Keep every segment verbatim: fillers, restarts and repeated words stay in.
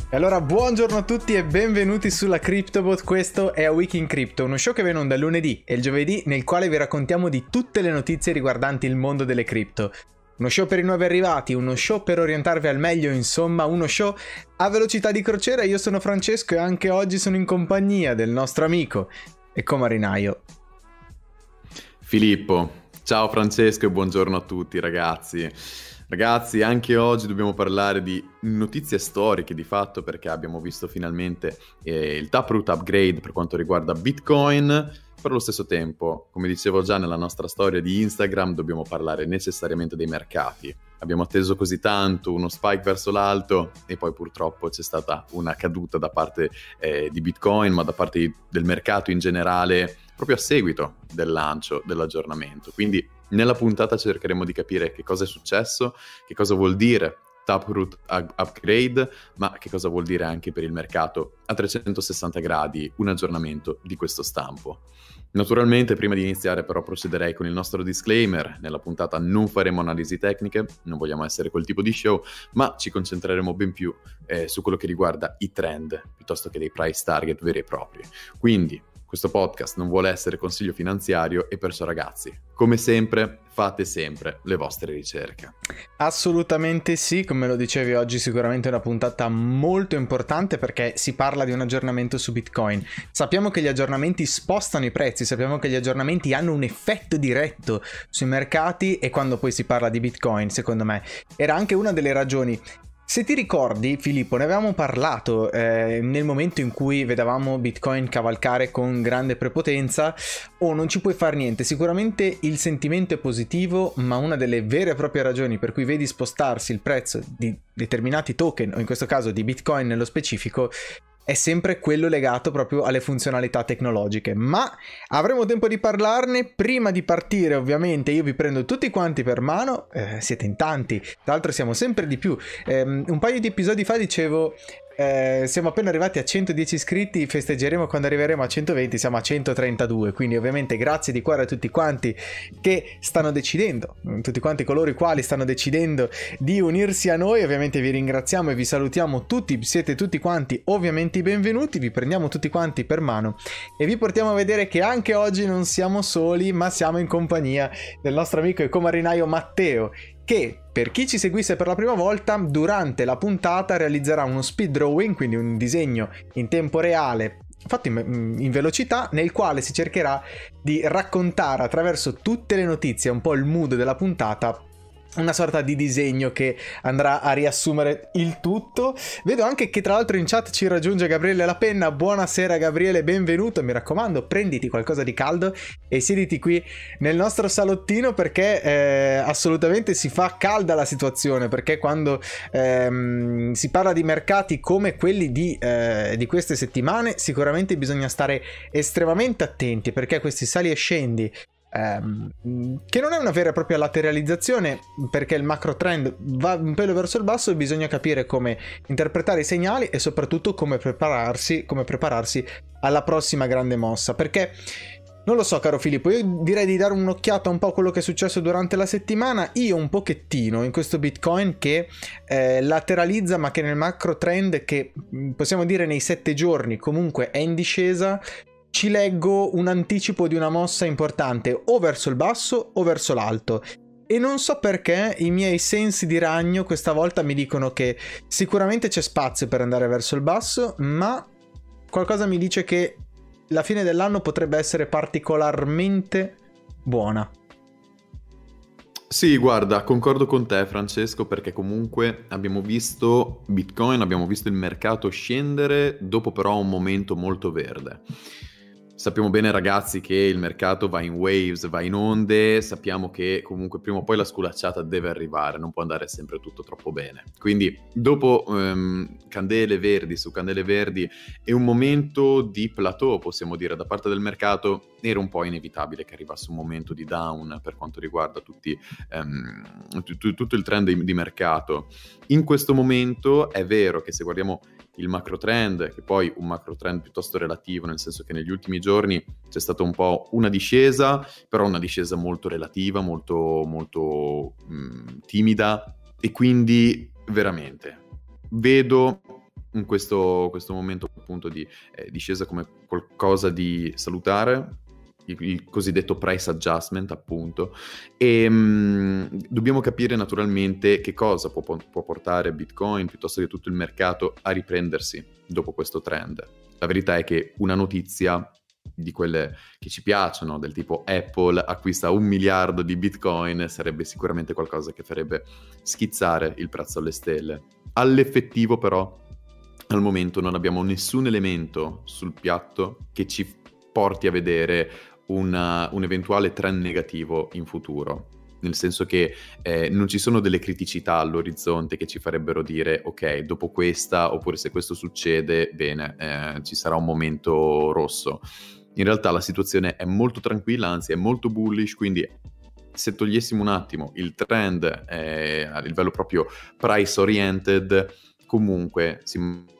E allora buongiorno a tutti e benvenuti sulla CryptoBot. Questo è A Week in Crypto, uno show che viene onda il lunedì e il giovedì, nel quale vi raccontiamo di tutte le notizie riguardanti il mondo delle cripto. Uno show per i nuovi arrivati, uno show per orientarvi al meglio, insomma uno show a velocità di crociera. Io sono Francesco e anche oggi sono in compagnia del nostro amico e comarinaio Filippo. Ciao Francesco e buongiorno a tutti ragazzi. Ragazzi, anche oggi dobbiamo parlare di notizie storiche di fatto, perché abbiamo visto finalmente eh, il Taproot upgrade per quanto riguarda Bitcoin. Per lo stesso tempo, come dicevo già nella nostra storia di Instagram, dobbiamo parlare necessariamente dei mercati. Abbiamo atteso così tanto uno spike verso l'alto e poi purtroppo c'è stata una caduta da parte eh, di Bitcoin, ma da parte di, del mercato in generale, proprio a seguito del lancio dell'aggiornamento. Quindi nella puntata cercheremo di capire che cosa è successo, che cosa vuol dire Taproot upgrade, ma che cosa vuol dire anche per il mercato a trecentosessanta gradi un aggiornamento di questo stampo. Naturalmente, prima di iniziare però procederei con il nostro disclaimer. Nella puntata non faremo analisi tecniche, non vogliamo essere quel tipo di show, ma ci concentreremo ben più eh, su quello che riguarda i trend piuttosto che dei price target veri e propri. Quindi questo podcast non vuole essere consiglio finanziario e perciò ragazzi, come sempre, fate sempre le vostre ricerche. Assolutamente sì, come lo dicevi oggi sicuramente è una puntata molto importante perché si parla di un aggiornamento su Bitcoin. Sappiamo che gli aggiornamenti spostano i prezzi, sappiamo che gli aggiornamenti hanno un effetto diretto sui mercati e quando poi si parla di Bitcoin, secondo me, era anche una delle ragioni. Se ti ricordi, Filippo, ne avevamo parlato eh, nel momento in cui vedevamo Bitcoin cavalcare con grande prepotenza. Oh, non ci puoi fare niente, sicuramente il sentimento è positivo, ma una delle vere e proprie ragioni per cui vedi spostarsi il prezzo di determinati token, o in questo caso di Bitcoin nello specifico, è sempre quello legato proprio alle funzionalità tecnologiche. Ma avremo tempo di parlarne. Prima di partire, ovviamente, io vi prendo tutti quanti per mano, eh, siete in tanti, tra l'altro siamo sempre di più. Eh, un paio di episodi fa dicevo eh, siamo appena arrivati a centodieci iscritti, festeggeremo quando arriveremo a centoventi, siamo a centotrentadue, quindi ovviamente grazie di cuore a tutti quanti che stanno decidendo, tutti quanti coloro i quali stanno decidendo di unirsi a noi. Ovviamente vi ringraziamo e vi salutiamo tutti, siete tutti quanti ovviamente benvenuti, vi prendiamo tutti quanti per mano e vi portiamo a vedere che anche oggi non siamo soli, ma siamo in compagnia del nostro amico e comarinaio Matteo, che per chi ci seguisse per la prima volta durante la puntata realizzerà uno speed drawing, quindi un disegno in tempo reale fatto in, in velocità, nel quale si cercherà di raccontare attraverso tutte le notizie, un po' il mood della puntata, una sorta di disegno che andrà a riassumere il tutto. Vedo anche che tra l'altro in chat ci raggiunge Gabriele La Penna. Buonasera Gabriele, benvenuto. Mi raccomando, prenditi qualcosa di caldo e siediti qui nel nostro salottino, perché eh, assolutamente si fa calda la situazione, perché quando ehm, si parla di mercati come quelli di, eh, di queste settimane, sicuramente bisogna stare estremamente attenti, perché questi sali e scendi, Um, che non è una vera e propria lateralizzazione, perché il macro trend va un pelo verso il basso e bisogna capire come interpretare i segnali e soprattutto come prepararsi, come prepararsi alla prossima grande mossa. Perché non lo so, caro Filippo, io direi di dare un'occhiata un po' a quello che è successo durante la settimana. Io un pochettino in questo Bitcoin che eh, lateralizza, ma che nel macro trend, che possiamo dire nei sette giorni comunque è in discesa, ci leggo un anticipo di una mossa importante o verso il basso o verso l'alto. E non so perché i miei sensi di ragno questa volta mi dicono che sicuramente c'è spazio per andare verso il basso, ma qualcosa mi dice che la fine dell'anno potrebbe essere particolarmente buona. Sì, guarda, concordo con te Francesco, perché comunque abbiamo visto Bitcoin, abbiamo visto il mercato scendere dopo però un momento molto verde. Sappiamo bene ragazzi che il mercato va in waves, va in onde, sappiamo che comunque prima o poi la sculacciata deve arrivare, non può andare sempre tutto troppo bene. Quindi dopo um, candele verdi su candele verdi e un momento di plateau, possiamo dire, da parte del mercato, era un po' inevitabile che arrivasse un momento di down per quanto riguarda tutti, um, t- t- tutto il trend di, di mercato. In questo momento è vero che se guardiamo il macro trend, che poi un macro trend piuttosto relativo, nel senso che negli ultimi giorni c'è stata un po' una discesa, però una discesa molto relativa, molto, molto mh, timida, e quindi veramente vedo in questo, questo momento appunto di eh, discesa come qualcosa di salutare, il, il cosiddetto price adjustment appunto, e mh, dobbiamo capire naturalmente che cosa può, può portare Bitcoin piuttosto che tutto il mercato a riprendersi dopo questo trend. La verità è che una notizia di quelle che ci piacciono, del tipo Apple acquista un miliardo di Bitcoin, sarebbe sicuramente qualcosa che farebbe schizzare il prezzo alle stelle. All'effettivo però al momento non abbiamo nessun elemento sul piatto che ci porti a vedere una, un eventuale trend negativo in futuro, nel senso che eh, non ci sono delle criticità all'orizzonte che ci farebbero dire ok, dopo questa, oppure se questo succede, bene, eh, ci sarà un momento rosso. In realtà la situazione è molto tranquilla, anzi è molto bullish, quindi se togliessimo un attimo il trend eh, a livello proprio price oriented, comunque si...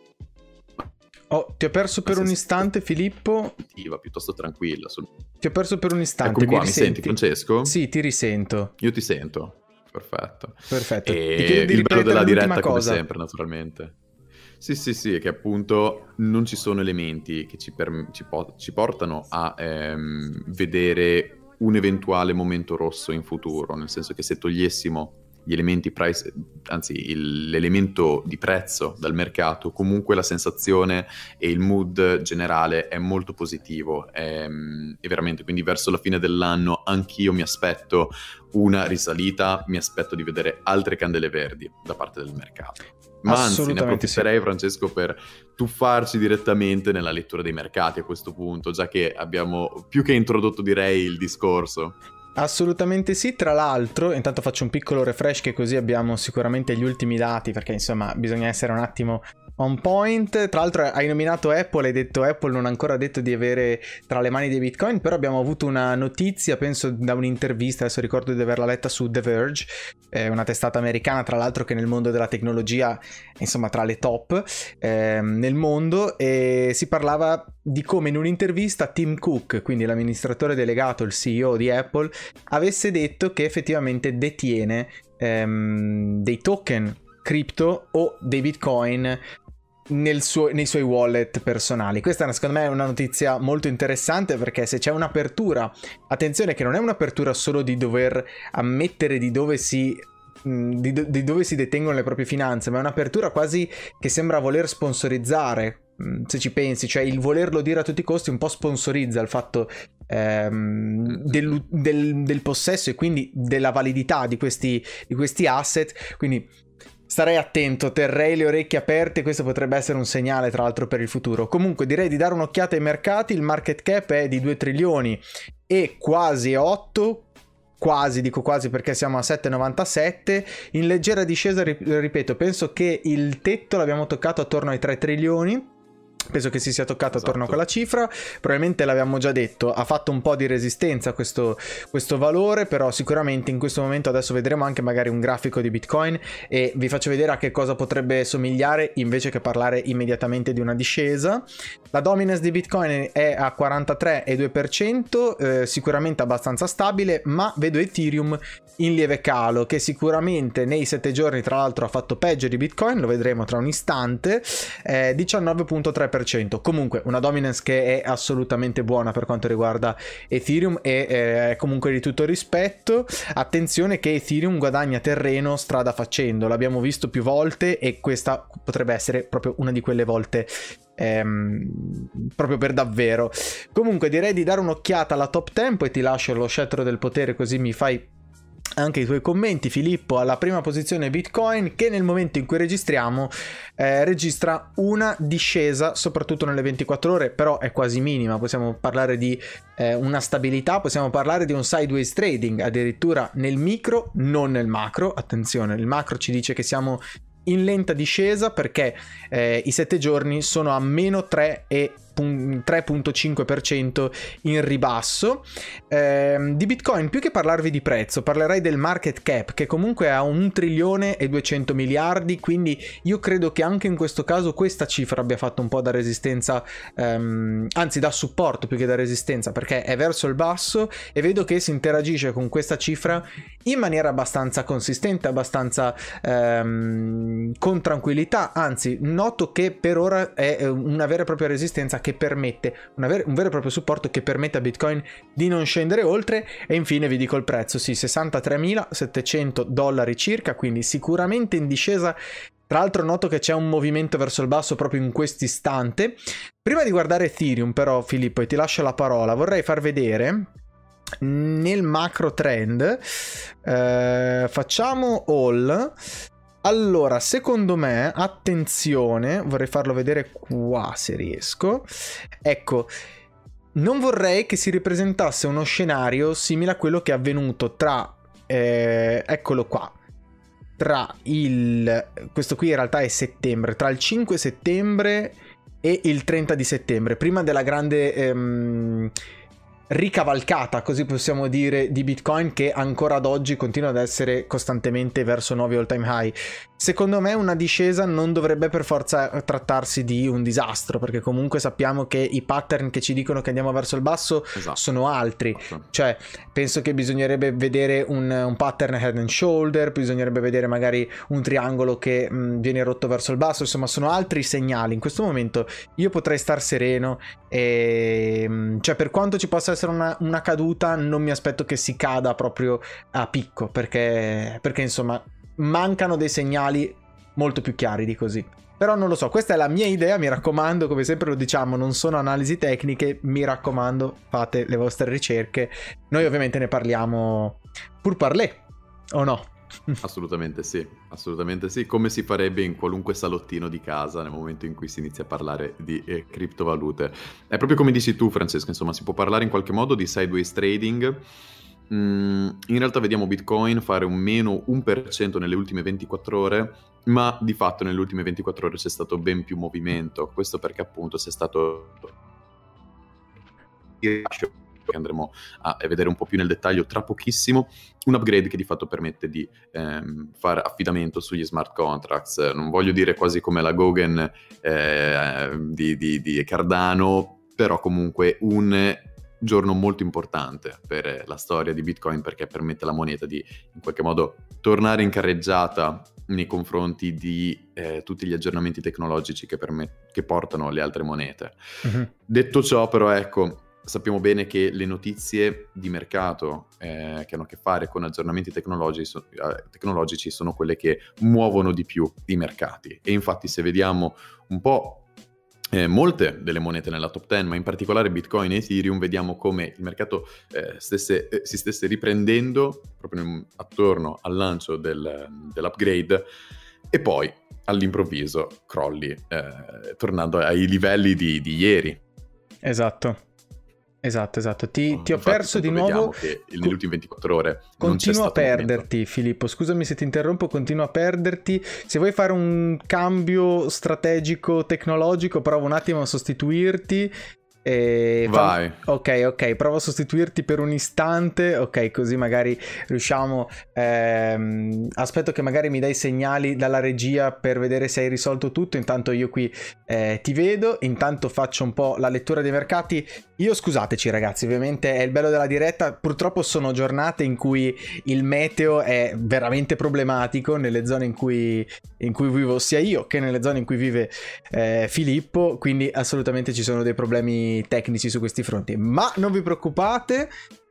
Oh, ti ho perso per un istante, Filippo. Piuttosto tranquilla. Sul... Ti ho perso per un istante. Eccomi qua, mi, mi senti, Francesco? Sì, ti risento. Io ti sento. Perfetto. Perfetto. E il bello della diretta, come sempre, naturalmente. Sì, sì, sì, è che appunto non ci sono elementi che ci, per... ci, po- ci portano a ehm, vedere un eventuale momento rosso in futuro, nel senso che se togliessimo gli elementi price, anzi il, l'elemento di prezzo dal mercato, comunque la sensazione e il mood generale è molto positivo e, e veramente, quindi verso la fine dell'anno anch'io mi aspetto una risalita, mi aspetto di vedere altre candele verdi da parte del mercato. Ma anzi, ne approfitterei, sì, Francesco, per tuffarci direttamente nella lettura dei mercati a questo punto, già che abbiamo più che introdotto, direi, il discorso. Assolutamente sì, tra l'altro, intanto faccio un piccolo refresh che così abbiamo sicuramente gli ultimi dati, perché insomma bisogna essere un attimo on point. Tra l'altro hai nominato Apple, hai detto Apple non ha ancora detto di avere tra le mani dei Bitcoin, però abbiamo avuto una notizia, penso da un'intervista, adesso ricordo di averla letta su The Verge, eh, una testata americana tra l'altro che nel mondo della tecnologia insomma tra le top eh, nel mondo, e si parlava di come in un'intervista Tim Cook, quindi l'amministratore delegato, il C E O di Apple, avesse detto che effettivamente detiene ehm, dei token cripto o dei Bitcoin nel suo, nei suoi wallet personali. Questa secondo me è una notizia molto interessante, perché se c'è un'apertura, attenzione che non è un'apertura solo di dover ammettere di dove si Di, di dove si detengono le proprie finanze, ma è un'apertura quasi che sembra voler sponsorizzare, se ci pensi, cioè il volerlo dire a tutti i costi un po' sponsorizza il fatto ehm, del, del, del possesso e quindi della validità di questi, di questi asset. Quindi starei attento, terrei le orecchie aperte, questo potrebbe essere un segnale tra l'altro per il futuro. Comunque direi di dare un'occhiata ai mercati. Il market cap è di due trilioni e quasi otto, quasi, dico quasi perché siamo a sette virgola novantasette, in leggera discesa, ripeto, penso che il tetto l'abbiamo toccato attorno ai tre trilioni. Penso che si sia toccato esatto. attorno a quella cifra, probabilmente l'abbiamo già detto, ha fatto un po' di resistenza questo, questo valore, però sicuramente in questo momento adesso vedremo anche magari un grafico di Bitcoin e vi faccio vedere a che cosa potrebbe somigliare invece che parlare immediatamente di una discesa. La dominance di Bitcoin è a quarantatré virgola due per cento, eh, sicuramente abbastanza stabile, ma vedo Ethereum in lieve calo, che sicuramente nei sette giorni tra l'altro ha fatto peggio di Bitcoin, lo vedremo tra un istante, eh, diciannove virgola tre per cento. Comunque una dominance che è assolutamente buona per quanto riguarda Ethereum e è eh, comunque di tutto rispetto. Attenzione che Ethereum guadagna terreno strada facendo, l'abbiamo visto più volte e questa potrebbe essere proprio una di quelle volte ehm, proprio per davvero. Comunque direi di dare un'occhiata alla top dieci, poi ti lascio lo scettro del potere così mi fai anche i tuoi commenti, Filippo. Alla prima posizione Bitcoin, che nel momento in cui registriamo eh, registra una discesa soprattutto nelle ventiquattro ore, però è quasi minima, possiamo parlare di eh, una stabilità, possiamo parlare di un sideways trading addirittura nel micro, non nel macro. Attenzione, il macro ci dice che siamo in lenta discesa perché eh, i sette giorni sono a meno tre virgola tre virgola cinque per cento in ribasso. Eh, di Bitcoin, più che parlarvi di prezzo, parlerei del market cap, che comunque ha un trilione e duecento miliardi, quindi io credo che anche in questo caso questa cifra abbia fatto un po' da resistenza, ehm, anzi da supporto più che da resistenza, perché è verso il basso e vedo che si interagisce con questa cifra in maniera abbastanza consistente, abbastanza ehm, con tranquillità. Anzi, noto che per ora è una vera e propria resistenza che permette una ver- un vero e proprio supporto che permette a Bitcoin di non scendere oltre. E infine vi dico il prezzo, sì, sessantatremilasettecento dollari circa, quindi sicuramente in discesa. Tra l'altro noto che c'è un movimento verso il basso proprio in questo istante. Prima di guardare Ethereum però, Filippo, e ti lascio la parola, vorrei far vedere nel macro trend, eh, facciamo all. Allora, secondo me, attenzione, vorrei farlo vedere qua se riesco. Ecco, non vorrei che si ripresentasse uno scenario simile a quello che è avvenuto tra, eh, eccolo qua, tra il, questo qui in realtà è settembre, tra il cinque settembre e il trenta di settembre, prima della grande ehm, ricavalcata, così possiamo dire, di Bitcoin, che ancora ad oggi continua ad essere costantemente verso nuovi all time high. Secondo me una discesa non dovrebbe per forza trattarsi di un disastro, perché comunque sappiamo che i pattern che ci dicono che andiamo verso il basso esatto. sono altri, esatto. Cioè penso che bisognerebbe vedere un, un pattern head and shoulder, bisognerebbe vedere magari un triangolo che mh, viene rotto verso il basso, insomma sono altri segnali. In questo momento io potrei star sereno e mh, cioè per quanto ci possa essere una, una caduta, non mi aspetto che si cada proprio a picco, perché, perché insomma mancano dei segnali molto più chiari di così. Però non lo so, questa è la mia idea, mi raccomando, come sempre lo diciamo, non sono analisi tecniche, mi raccomando, fate le vostre ricerche. Noi ovviamente ne parliamo pur parler, o no? Assolutamente sì, assolutamente sì, come si farebbe in qualunque salottino di casa nel momento in cui si inizia a parlare di eh, criptovalute. È proprio come dici tu, Francesco, insomma, si può parlare in qualche modo di sideways trading. In realtà vediamo Bitcoin fare un meno uno per cento nelle ultime ventiquattro ore, ma di fatto nelle ultime ventiquattro ore c'è stato ben più movimento. Questo perché appunto c'è stato che andremo a vedere un po' più nel dettaglio tra pochissimo, un upgrade che di fatto permette di ehm, fare affidamento sugli smart contracts. Non voglio dire quasi come la Gaugen eh, di, di, di Cardano, però comunque un giorno molto importante per la storia di Bitcoin, perché permette alla moneta di in qualche modo tornare in carreggiata nei confronti di eh, tutti gli aggiornamenti tecnologici che, permet- che portano le altre monete. Uh-huh. Detto ciò, però, ecco, sappiamo bene che le notizie di mercato eh, che hanno a che fare con aggiornamenti tecnologici, so- eh, tecnologici sono quelle che muovono di più i mercati. E infatti se vediamo un po' Eh, molte delle monete nella top dieci, ma in particolare Bitcoin e Ethereum, vediamo come il mercato eh, stesse, eh, si stesse riprendendo proprio in, attorno al lancio del, dell'upgrade e poi all'improvviso crolli, eh, tornando ai livelli di, di ieri. Esatto. Esatto, esatto. Ti, oh, ti ho perso di nuovo. Che nelle ultime ventiquattro ore continua a perderti, movimento. Filippo. Scusami se ti interrompo, continua a perderti. Se vuoi fare un cambio strategico tecnologico, provo un attimo a sostituirti. E vai fa... ok ok provo a sostituirti per un istante, ok, così magari riusciamo. ehm... aspetto che magari mi dai segnali dalla regia per vedere se hai risolto tutto. Intanto io qui eh, ti vedo, intanto faccio un po' la lettura dei mercati. Io scusateci ragazzi, ovviamente è il bello della diretta, purtroppo sono giornate in cui il meteo è veramente problematico nelle zone in cui, in cui vivo sia io che nelle zone in cui vive eh, Filippo, quindi assolutamente ci sono dei problemi tecnici su questi fronti, ma non vi preoccupate,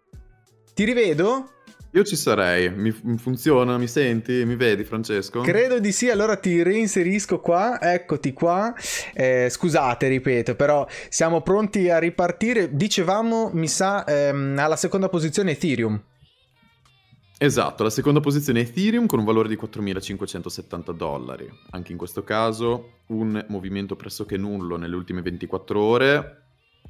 ti rivedo? Io ci sarei, mi funziona, mi senti, mi vedi Francesco? Credo di sì, allora ti reinserisco qua, eccoti qua, eh, scusate ripeto, però siamo pronti a ripartire. Dicevamo, mi sa, ehm, alla seconda posizione Ethereum. Esatto, la seconda posizione Ethereum con un valore di quattromilacinquecentosettanta dollari, anche in questo caso un movimento pressoché nullo nelle ultime ventiquattro ore,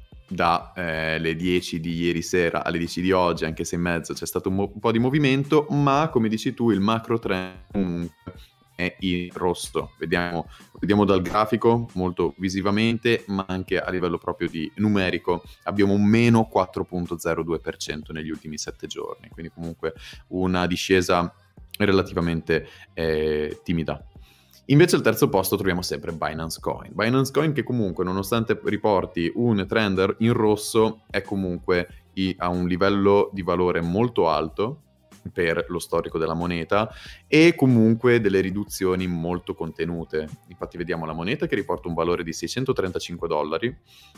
da eh, le dieci di ieri sera alle dieci di oggi, anche se in mezzo c'è stato un, mo- un po' di movimento, ma come dici tu il macro trend è in rosso, vediamo, vediamo dal grafico molto visivamente, ma anche a livello proprio di numerico abbiamo un meno quattro virgola zero due per cento negli ultimi sette giorni, quindi comunque una discesa relativamente eh, timida. Invece al terzo posto troviamo sempre Binance Coin. Binance Coin che comunque, nonostante riporti un trend in rosso, è comunque a un livello di valore molto alto per lo storico della moneta e comunque delle riduzioni molto contenute. Infatti vediamo la moneta che riporta un valore di seicentotrentacinque dollari,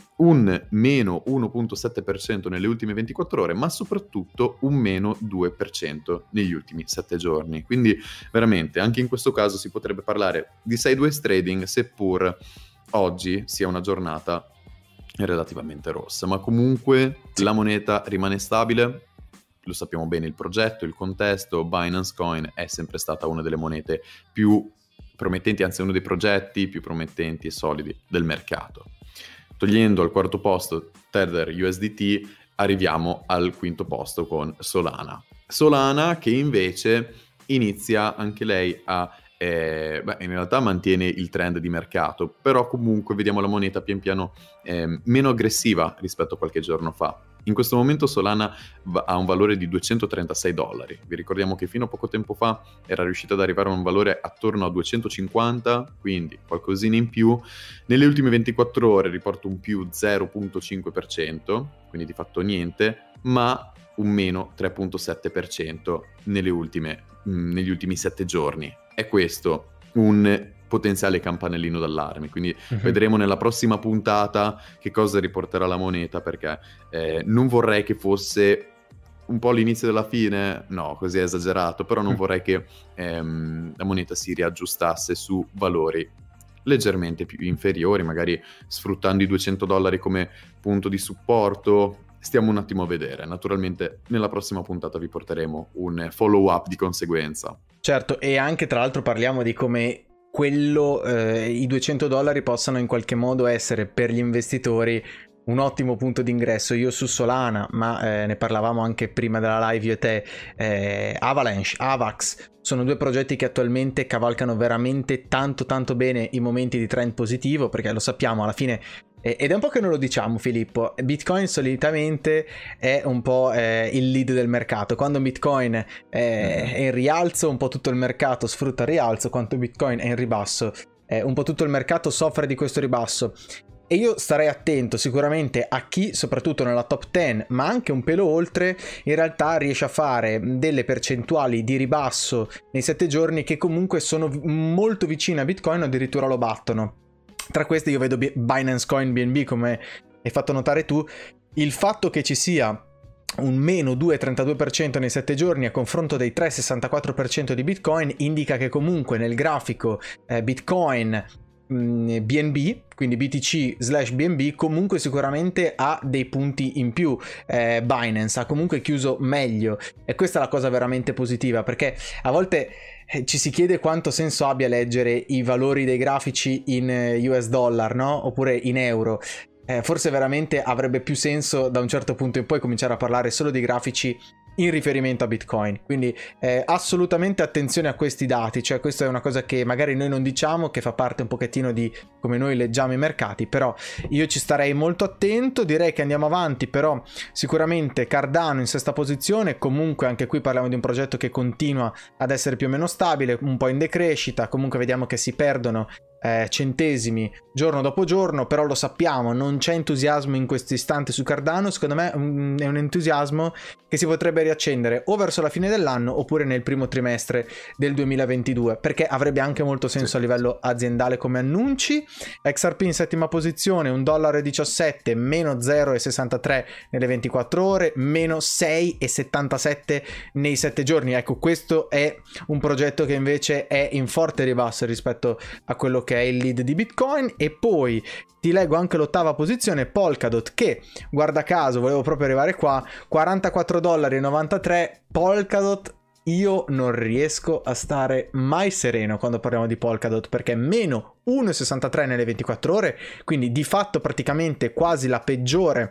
un meno uno virgola sette per cento nelle ultime ventiquattro ore, ma soprattutto un meno due per cento negli ultimi sette giorni. Quindi veramente anche in questo caso si potrebbe parlare di sideways trading, seppur oggi sia una giornata relativamente rossa, ma comunque sì, la moneta rimane stabile. Lo sappiamo bene il progetto, il contesto. Binance Coin è sempre stata una delle monete più promettenti, anzi uno dei progetti più promettenti e solidi del mercato. Togliendo al quarto posto Tether U S D T, arriviamo al quinto posto con Solana. Solana che invece inizia anche lei a Eh, beh, in realtà mantiene il trend di mercato, però comunque vediamo la moneta pian piano eh, meno aggressiva rispetto a qualche giorno fa. In questo momento Solana va- ha un valore di duecentotrentasei dollari. Vi ricordiamo che fino a poco tempo fa era riuscita ad arrivare a un valore attorno a duecentocinquanta, quindi qualcosina in più. Nelle ultime ventiquattro ore riporta un più zero virgola cinque per cento, quindi di fatto niente, ma un meno tre virgola sette per cento nelle ultime, mh, negli ultimi sette giorni. È questo un potenziale campanellino d'allarme, quindi uh-huh. vedremo nella prossima puntata che cosa riporterà la moneta, perché eh, non vorrei che fosse un po' l'inizio della fine, no, così è esagerato, però non uh-huh. vorrei che ehm, la moneta si riaggiustasse su valori leggermente più inferiori, magari sfruttando i duecento dollari come punto di supporto. Stiamo un attimo a vedere. Naturalmente nella prossima puntata vi porteremo un follow up di conseguenza. Certo, e anche tra l'altro parliamo di come quello, eh, i duecento dollari possano in qualche modo essere per gli investitori un ottimo punto d'ingresso. Io su Solana, ma eh, ne parlavamo anche prima della live io e te, eh, Avalanche, Avax, sono due progetti che attualmente cavalcano veramente tanto tanto bene i momenti di trend positivo, perché lo sappiamo alla fine, ed è un po' che non lo diciamo Filippo, Bitcoin solitamente è un po' eh, il lead del mercato. Quando Bitcoin è, è in rialzo un po' tutto il mercato sfrutta il rialzo, quando Bitcoin è in ribasso eh, un po' tutto il mercato soffre di questo ribasso. E io starei attento sicuramente a chi, soprattutto nella top dieci, ma anche un pelo oltre, in realtà riesce a fare delle percentuali di ribasso nei sette giorni che comunque sono molto vicine a Bitcoin o addirittura lo battono. Tra queste io vedo Binance Coin B N B, come hai fatto notare tu. Il fatto che ci sia un meno due virgola trentadue per cento nei sette giorni a confronto dei tre virgola sessantaquattro per cento di Bitcoin indica che comunque nel grafico eh, Bitcoin mh, B N B, quindi B T C slash B N B, comunque sicuramente ha dei punti in più. eh, Binance ha comunque chiuso meglio, e questa è la cosa veramente positiva, perché a volte ci si chiede quanto senso abbia leggere i valori dei grafici in U S dollar, no? Oppure in euro. Eh, forse veramente avrebbe più senso da un certo punto in poi cominciare a parlare solo di grafici in riferimento a Bitcoin. Quindi eh, assolutamente attenzione a questi dati, cioè questa è una cosa che magari noi non diciamo, che fa parte un pochettino di come noi leggiamo i mercati, però io ci starei molto attento. Direi che andiamo avanti, però sicuramente Cardano in sesta posizione. Comunque anche qui parliamo di un progetto che continua ad essere più o meno stabile, un po' in decrescita. Comunque vediamo che si perdono Eh, centesimi giorno dopo giorno, però lo sappiamo, non c'è entusiasmo in questo istante su Cardano. Secondo me um, è un entusiasmo che si potrebbe riaccendere o verso la fine dell'anno oppure nel primo trimestre del duemilaventidue, perché avrebbe anche molto senso sì. a livello aziendale come annunci. X R P in settima posizione, un dollaro e diciassette, meno zero virgola sessantatré nelle ventiquattro ore, meno sei virgola settantasette nei sette giorni. Ecco, questo è un progetto che invece è in forte ribasso rispetto a quello che è il lead di Bitcoin. E poi ti leggo anche l'ottava posizione, Polkadot, che guarda caso volevo proprio arrivare qua, quarantaquattro dollari e novantatré. Polkadot, io non riesco a stare mai sereno quando parliamo di Polkadot, perché meno uno virgola sessantatré nelle ventiquattro ore, quindi di fatto praticamente quasi la peggiore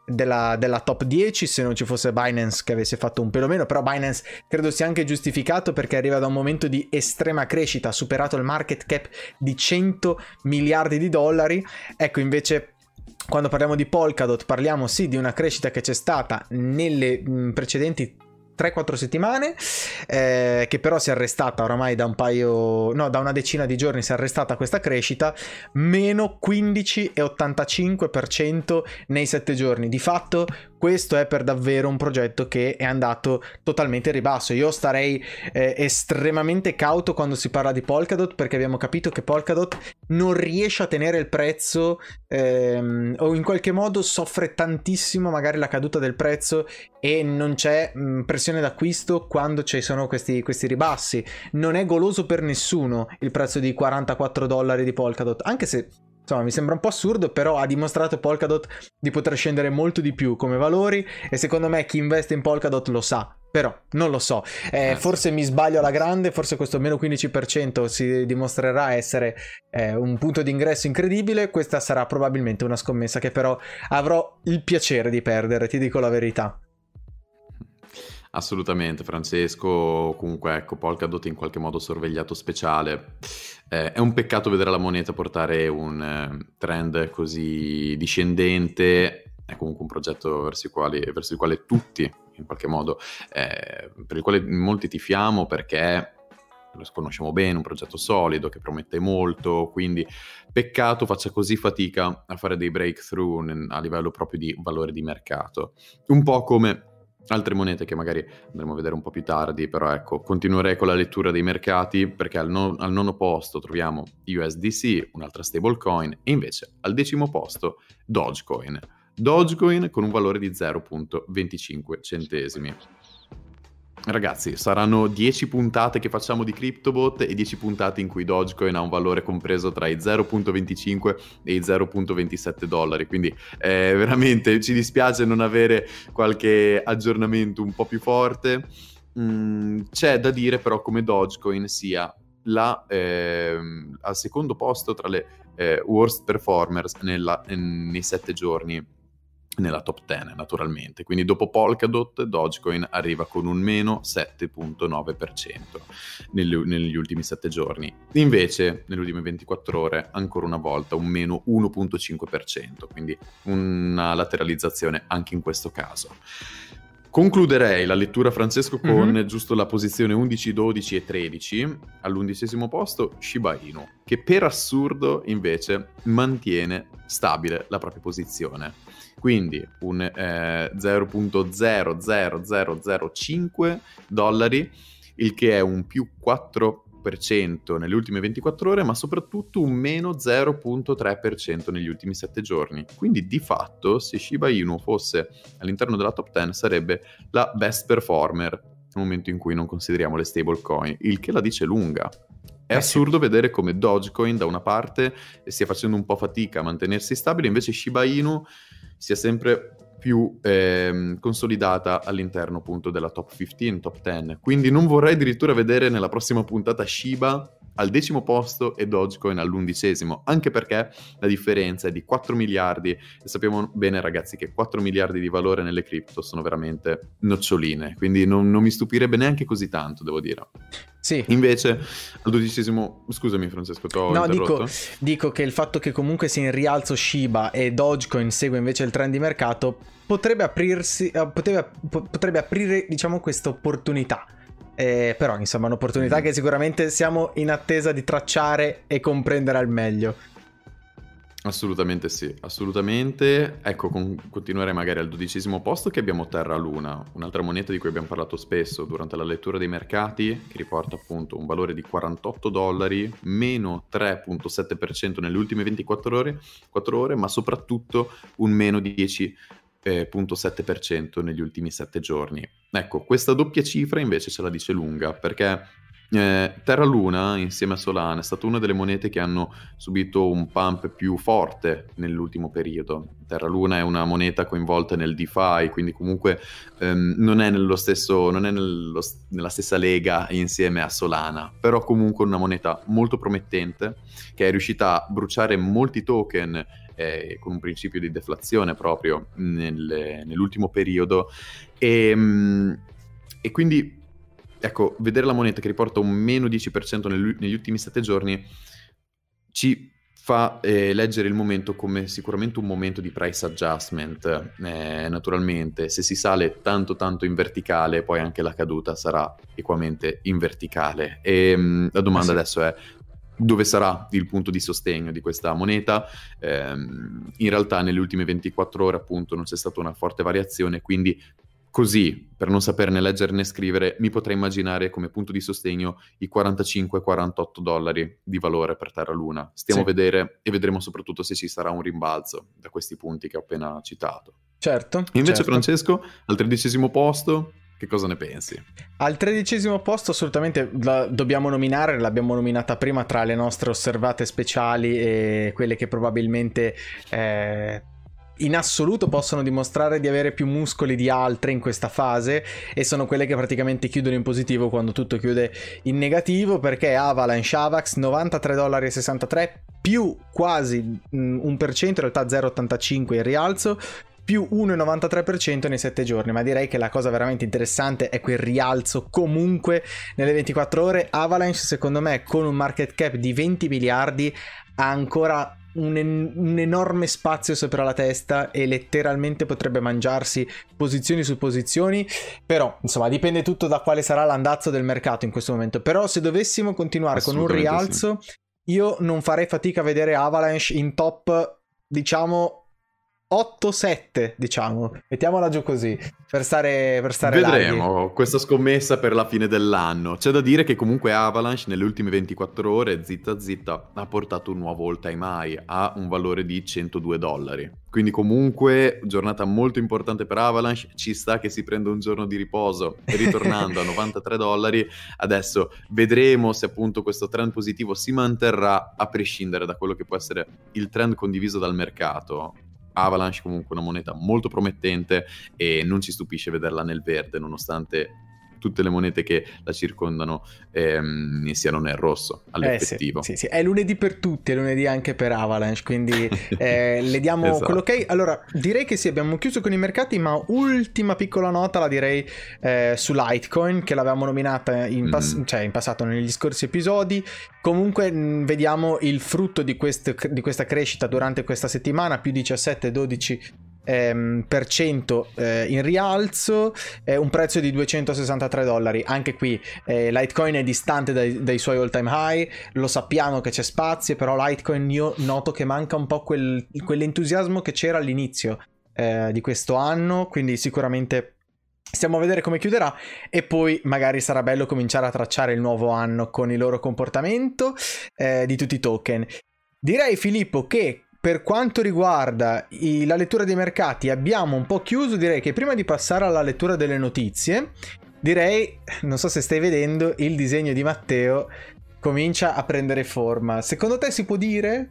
della, della top dieci se non ci fosse Binance che avesse fatto un pelo meno, però Binance credo sia anche giustificato perché arriva da un momento di estrema crescita, ha superato il market cap di cento miliardi di dollari. Ecco, invece quando parliamo di Polkadot parliamo sì di una crescita che c'è stata nelle mh, precedenti tre quattro settimane, eh, che però si è arrestata oramai da un paio, no, da una decina di giorni si è arrestata questa crescita, meno quindici virgola ottantacinque per cento nei sette giorni. Di fatto questo è per davvero un progetto che è andato totalmente in ribasso. Io starei eh, estremamente cauto quando si parla di Polkadot, perché abbiamo capito che Polkadot non riesce a tenere il prezzo, ehm, o in qualche modo soffre tantissimo magari la caduta del prezzo e non c'è mh, pressione d'acquisto quando ci sono questi, questi ribassi. Non è goloso per nessuno il prezzo di quarantaquattro dollari di Polkadot, anche se insomma mi sembra un po' assurdo, però ha dimostrato Polkadot di poter scendere molto di più come valori e secondo me chi investe in Polkadot lo sa. Però non lo so, eh, forse mi sbaglio alla grande, forse questo meno quindici per cento si dimostrerà essere eh, un punto di ingresso incredibile. Questa sarà probabilmente una scommessa che però avrò il piacere di perdere, ti dico la verità. Assolutamente, Francesco. Comunque ecco, Polkadot in qualche modo sorvegliato speciale. Eh, è un peccato vedere la moneta portare un eh, trend così discendente. È comunque un progetto verso il quale, verso il quale tutti in qualche modo, eh, per il quale molti tifiamo perché lo conosciamo bene, un progetto solido che promette molto, quindi peccato faccia così fatica a fare dei breakthrough a livello proprio di valore di mercato. Un po' come altre monete che magari andremo a vedere un po' più tardi, però ecco, continuerei con la lettura dei mercati perché al, no- al nono posto troviamo U S D C, un'altra stablecoin, e invece al decimo posto Dogecoin. Dogecoin con un valore di zero virgola venticinque centesimi. Ragazzi, saranno dieci puntate che facciamo di CryptoBot e dieci puntate in cui Dogecoin ha un valore compreso tra i zero virgola venticinque e i zero virgola ventisette dollari, quindi eh, veramente ci dispiace non avere qualche aggiornamento un po' più forte. Mm, c'è da dire però come Dogecoin sia la, eh, al secondo posto tra le eh, worst performers nella, nei sette giorni nella top dieci naturalmente, quindi dopo Polkadot Dogecoin arriva con un meno sette virgola nove per cento negli, negli ultimi sette giorni, invece nelle ultime ventiquattro ore ancora una volta un meno uno virgola cinque per cento, quindi una lateralizzazione anche in questo caso. Concluderei la lettura, Francesco, con mm-hmm. giusto la posizione undici, dodici e tredici. All'undicesimo posto Shiba Inu, che per assurdo invece mantiene stabile la propria posizione. Quindi un eh, zero virgola zero zero zero zero cinque dollari, il che è un più quattro per cento nelle ultime ventiquattro ore, ma soprattutto un meno zero virgola tre per cento negli ultimi sette giorni. Quindi di fatto, se Shiba Inu fosse all'interno della top dieci, sarebbe la best performer nel momento in cui non consideriamo le stablecoin, il che la dice lunga. È assurdo vedere come Dogecoin da una parte stia facendo un po' fatica a mantenersi stabile, invece Shiba Inu sia sempre più eh, consolidata all'interno appunto della top quindici, top dieci. Quindi non vorrei addirittura vedere nella prossima puntata Shiba al decimo posto e Dogecoin all'undicesimo, anche perché la differenza è di quattro miliardi e sappiamo bene, ragazzi, che quattro miliardi di valore nelle cripto sono veramente noccioline, quindi non, non mi stupirebbe neanche così tanto, devo dire. Sì. Invece al dodicesimo, scusami Francesco, ti ho no, interrotto? Dico, dico che il fatto che comunque sia in rialzo Shiba e Dogecoin segue invece il trend di mercato potrebbe aprirsi, potrebbe, potrebbe aprire, diciamo, questa opportunità. Eh, però insomma un'opportunità mm. che sicuramente siamo in attesa di tracciare e comprendere al meglio. Assolutamente sì, assolutamente. Ecco, con, continuerei magari al dodicesimo posto che abbiamo Terra Luna, un'altra moneta di cui abbiamo parlato spesso durante la lettura dei mercati, che riporta appunto un valore di quarantotto dollari, meno tre virgola sette per cento nelle ultime ventiquattro ore, quattro ore, ma soprattutto un meno dieci virgola sette per cento negli ultimi sette giorni. Ecco, questa doppia cifra invece ce la dice lunga, perché Eh, Terra Luna insieme a Solana è stata una delle monete che hanno subito un pump più forte nell'ultimo periodo. Terra Luna è una moneta coinvolta nel DeFi, quindi comunque ehm, non è, nello stesso, non è nello, nella stessa lega insieme a Solana, però comunque una moneta molto promettente che è riuscita a bruciare molti token eh, con un principio di deflazione proprio nel, nell'ultimo periodo e, e quindi ecco, vedere la moneta che riporta un meno dieci per cento nel, negli ultimi sette giorni ci fa eh, leggere il momento come sicuramente un momento di price adjustment. Eh, naturalmente, se si sale tanto tanto in verticale, poi anche la caduta sarà equamente in verticale. E mh, la domanda ah, sì. adesso è: dove sarà il punto di sostegno di questa moneta? Eh, in realtà nelle ultime ventiquattro ore appunto non c'è stata una forte variazione, quindi così, per non saperne leggere né scrivere, mi potrei immaginare come punto di sostegno i quarantacinque quarantotto dollari di valore per Terra Luna. Stiamo sì. a vedere e vedremo soprattutto se ci sarà un rimbalzo da questi punti che ho appena citato. Certo. Invece certo. Francesco, al tredicesimo posto, che cosa ne pensi? Al tredicesimo posto assolutamente la dobbiamo nominare, l'abbiamo nominata prima tra le nostre osservate speciali e quelle che probabilmente... Eh... in assoluto possono dimostrare di avere più muscoli di altre in questa fase, e sono quelle che praticamente chiudono in positivo quando tutto chiude in negativo, perché Avalanche Avax novantatré virgola sessantatré dollari più quasi mh, un per cento, in realtà zero virgola ottantacinque il rialzo, più uno virgola novantatré per cento nei sette giorni. Ma direi che la cosa veramente interessante è quel rialzo comunque nelle ventiquattro ore. Avalanche secondo me con un market cap di venti miliardi ha ancora Un, en- un enorme spazio sopra la testa e letteralmente potrebbe mangiarsi posizioni su posizioni, però insomma dipende tutto da quale sarà l'andazzo del mercato in questo momento. Però se dovessimo continuare con un rialzo sì. io non farei fatica a vedere Avalanche in top, diciamo otto sette, diciamo, mettiamola giù così per stare per stare vedremo larghi. Questa scommessa per la fine dell'anno. C'è da dire che comunque Avalanche nelle ultime ventiquattro ore zitta zitta ha portato un nuovo all time high a un valore di centodue dollari, quindi comunque giornata molto importante per Avalanche. Ci sta che si prenda un giorno di riposo e ritornando a novantatré dollari adesso vedremo se appunto questo trend positivo si manterrà, a prescindere da quello che può essere il trend condiviso dal mercato. Avalanche comunque una moneta molto promettente e non ci stupisce vederla nel verde, nonostante tutte le monete che la circondano ehm, siano nel rosso all'effettivo. Eh sì, sì, sì. È lunedì per tutti, è lunedì anche per Avalanche, quindi eh, le diamo esatto. quell'ok. Allora, direi che sì, abbiamo chiuso con i mercati, ma ultima piccola nota la direi eh, su Litecoin, che l'avevamo nominata in, pass- mm. cioè, in passato negli scorsi episodi. Comunque mh, vediamo il frutto di, quest- di questa crescita durante questa settimana, più diciassette dodici Ehm, per cento eh, in rialzo, eh, un prezzo di duecentosessantatré dollari. Anche qui eh, Litecoin è distante dai, dai suoi all time high, lo sappiamo che c'è spazio, però Litecoin io noto che manca un po' quel, quell'entusiasmo che c'era all'inizio eh, di questo anno, quindi sicuramente stiamo a vedere come chiuderà e poi magari sarà bello cominciare a tracciare il nuovo anno con il loro comportamento eh, di tutti i token. Direi, Filippo, che per quanto riguarda i, la lettura dei mercati abbiamo un po' chiuso. Direi che prima di passare alla lettura delle notizie, direi, non so se stai vedendo, il disegno di Matteo comincia a prendere forma. Secondo te si può dire?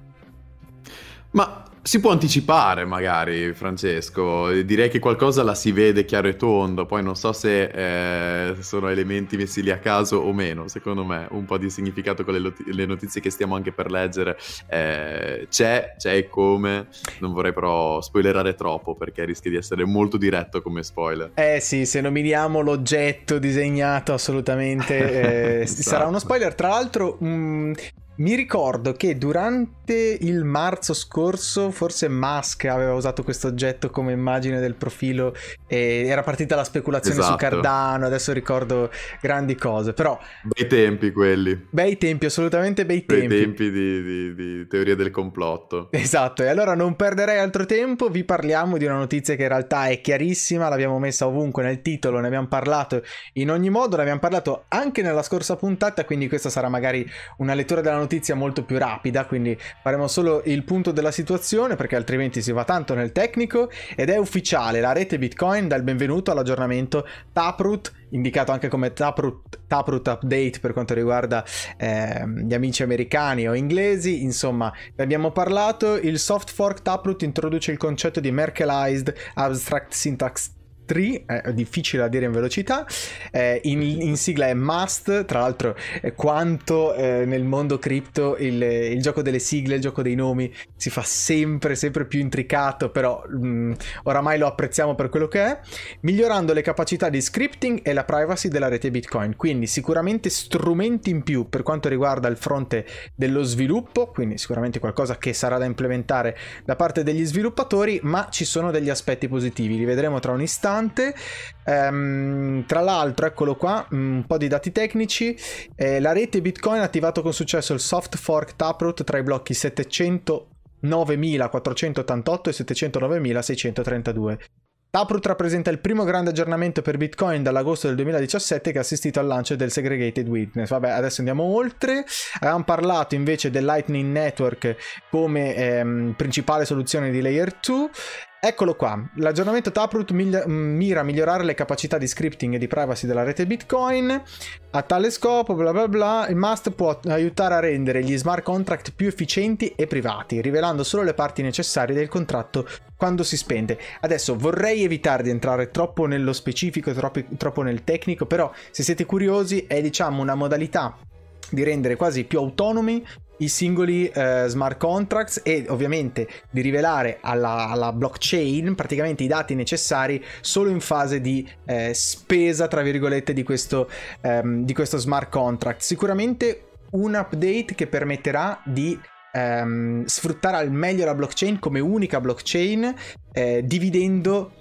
Ma si può anticipare magari, Francesco, direi che qualcosa la si vede chiaro e tondo, poi non so se eh, sono elementi messi lì a caso o meno. Secondo me un po' di significato con le, not- le notizie che stiamo anche per leggere eh, c'è, c'è e come. Non vorrei però spoilerare troppo perché rischia di essere molto diretto come spoiler. Eh sì, se nominiamo l'oggetto disegnato assolutamente eh, esatto. sarà uno spoiler. Tra l'altro mh, mi ricordo che durante il marzo scorso forse Musk aveva usato questo oggetto come immagine del profilo e era partita la speculazione esatto. su Cardano. Adesso ricordo grandi cose, però bei tempi quelli, bei tempi, assolutamente bei bei tempi, tempi di, di, di teoria del complotto. Esatto. E allora non perderei altro tempo, vi parliamo di una notizia che in realtà è chiarissima, l'abbiamo messa ovunque nel titolo, ne abbiamo parlato in ogni modo, ne abbiamo parlato anche nella scorsa puntata, quindi questa sarà magari una lettura della notizia molto più rapida, quindi faremo solo il punto della situazione perché altrimenti si va tanto nel tecnico. Ed è ufficiale, la rete Bitcoin dà il benvenuto all'aggiornamento Taproot, indicato anche come Taproot, Taproot Update per quanto riguarda eh, gli amici americani o inglesi. Insomma, ne abbiamo parlato. Il soft fork Taproot introduce il concetto di Merkleized Abstract Syntax tre, è difficile da dire in velocità, eh, in, in sigla è MUST. Tra l'altro eh, quanto eh, nel mondo cripto il, il gioco delle sigle, il gioco dei nomi si fa sempre sempre più intricato, però mh, oramai lo apprezziamo per quello che è, migliorando le capacità di scripting e la privacy della rete Bitcoin. Quindi sicuramente strumenti in più per quanto riguarda il fronte dello sviluppo, quindi sicuramente qualcosa che sarà da implementare da parte degli sviluppatori, ma ci sono degli aspetti positivi, li vedremo tra un istante. Um, tra l'altro, eccolo qua, un po' di dati tecnici. Eh, la rete Bitcoin ha attivato con successo il soft fork Taproot tra i blocchi settecentonovemilaquattrocentottantotto e settecentonovemilaseicentotrentadue. Taproot rappresenta il primo grande aggiornamento per Bitcoin dall'agosto del duemiladiciassette che ha assistito al lancio del Segregated Witness. Vabbè, adesso andiamo oltre. Avevamo parlato invece del Lightning Network come ehm, principale soluzione di Layer due. Eccolo qua, l'aggiornamento Taproot miglia- mira a migliorare le capacità di scripting e di privacy della rete Bitcoin. A tale scopo, bla bla bla, il MUST può aiutare a rendere gli smart contract più efficienti e privati, rivelando solo le parti necessarie del contratto quando si spende. Adesso vorrei evitare di entrare troppo nello specifico, troppo, troppo nel tecnico, però se siete curiosi è, diciamo, una modalità di rendere quasi più autonomi i singoli eh, smart contracts e ovviamente di rivelare alla, alla blockchain praticamente i dati necessari solo in fase di eh, spesa, tra virgolette, di questo, ehm, di questo smart contract. Sicuramente un update che permetterà di ehm, sfruttare al meglio la blockchain come unica blockchain, eh, dividendo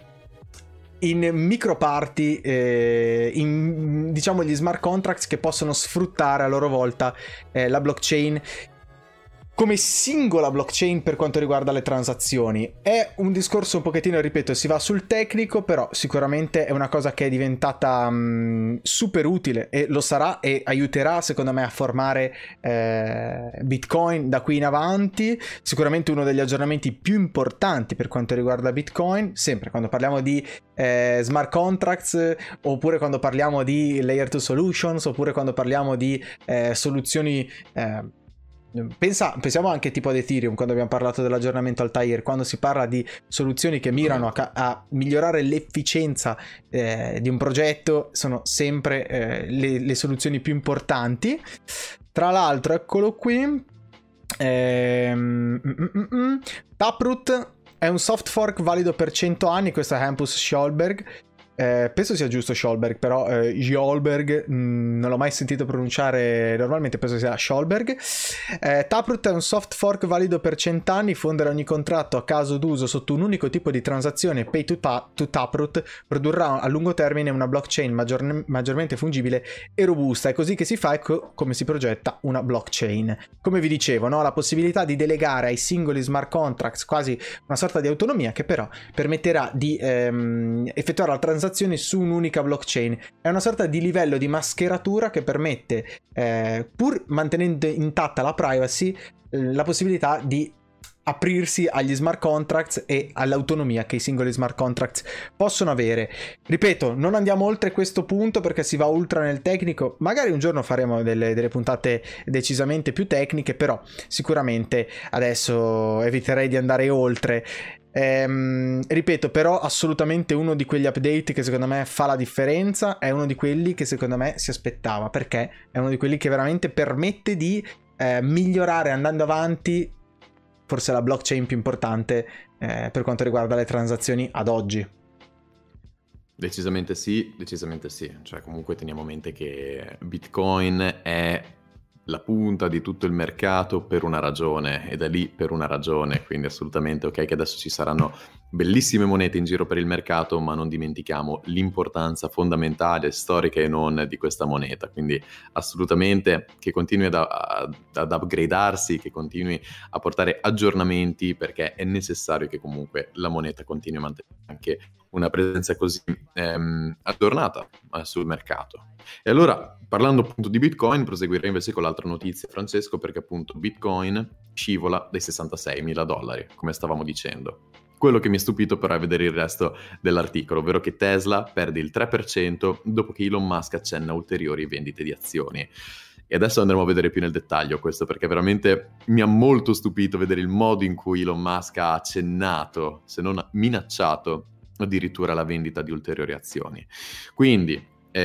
in microparti, eh, in, diciamo, gli smart contracts che possono sfruttare a loro volta eh, la blockchain come singola blockchain per quanto riguarda le transazioni. È un discorso un pochettino, ripeto, si va sul tecnico, però sicuramente è una cosa che è diventata um, super utile e lo sarà e aiuterà secondo me a formare eh, Bitcoin da qui in avanti. Sicuramente uno degli aggiornamenti più importanti per quanto riguarda Bitcoin, sempre quando parliamo di eh, smart contracts, oppure quando parliamo di layer due solutions, oppure quando parliamo di eh, soluzioni eh, Pensa, pensiamo anche tipo ad Ethereum, quando abbiamo parlato dell'aggiornamento Altair, quando si parla di soluzioni che mirano a, a migliorare l'efficienza eh, di un progetto, sono sempre eh, le, le soluzioni più importanti. Tra l'altro, eccolo qui, ehm, mm, mm, mm, Taproot è un soft fork valido per cento anni, questo è Hampus Schjolberg. Eh, penso sia giusto Schjolberg, però eh, Schjolberg mh, non l'ho mai sentito pronunciare normalmente, penso sia Schjolberg. eh, Taproot è un soft fork valido per cento anni, fondere ogni contratto a caso d'uso sotto un unico tipo di transazione pay to, ta- to Taproot produrrà a lungo termine una blockchain maggior- maggiormente fungibile e robusta. È così che si fa e co- come si progetta una blockchain. Come vi dicevo, no? La possibilità di delegare ai singoli smart contracts quasi una sorta di autonomia che però permetterà di ehm, effettuare la transazione su un'unica blockchain. È una sorta di livello di mascheratura che permette, eh, pur mantenendo intatta la privacy, eh, la possibilità di aprirsi agli smart contracts e all'autonomia che i singoli smart contracts possono avere. Ripeto, non andiamo oltre questo punto perché si va ultra nel tecnico, magari un giorno faremo delle, delle puntate decisamente più tecniche, però sicuramente adesso eviterei di andare oltre. Ehm, ripeto, però assolutamente uno di quegli update che secondo me fa la differenza, è uno di quelli che secondo me si aspettava, perché è uno di quelli che veramente permette di eh, migliorare andando avanti forse la blockchain più importante eh, per quanto riguarda le transazioni ad oggi. Decisamente sì, decisamente sì. Cioè comunque teniamo a mente che Bitcoin è la punta di tutto il mercato per una ragione ed è lì per una ragione, quindi assolutamente ok che adesso ci saranno bellissime monete in giro per il mercato, ma non dimentichiamo l'importanza fondamentale, storica e non, di questa moneta. Quindi assolutamente che continui ad, ad, ad upgradarsi, che continui a portare aggiornamenti, perché è necessario che comunque la moneta continui a mantenere anche una presenza così ehm, aggiornata eh, sul mercato. E allora, parlando appunto di Bitcoin, proseguirei invece con l'altra notizia, Francesco, perché appunto Bitcoin scivola dai sessantaseimila dollari, come stavamo dicendo. Quello che mi ha stupito però è vedere il resto dell'articolo, ovvero che Tesla perde il tre per cento dopo che Elon Musk accenna ulteriori vendite di azioni. E adesso andremo a vedere più nel dettaglio questo, perché veramente mi ha molto stupito vedere il modo in cui Elon Musk ha accennato, se non minacciato, addirittura la vendita di ulteriori azioni. Quindi,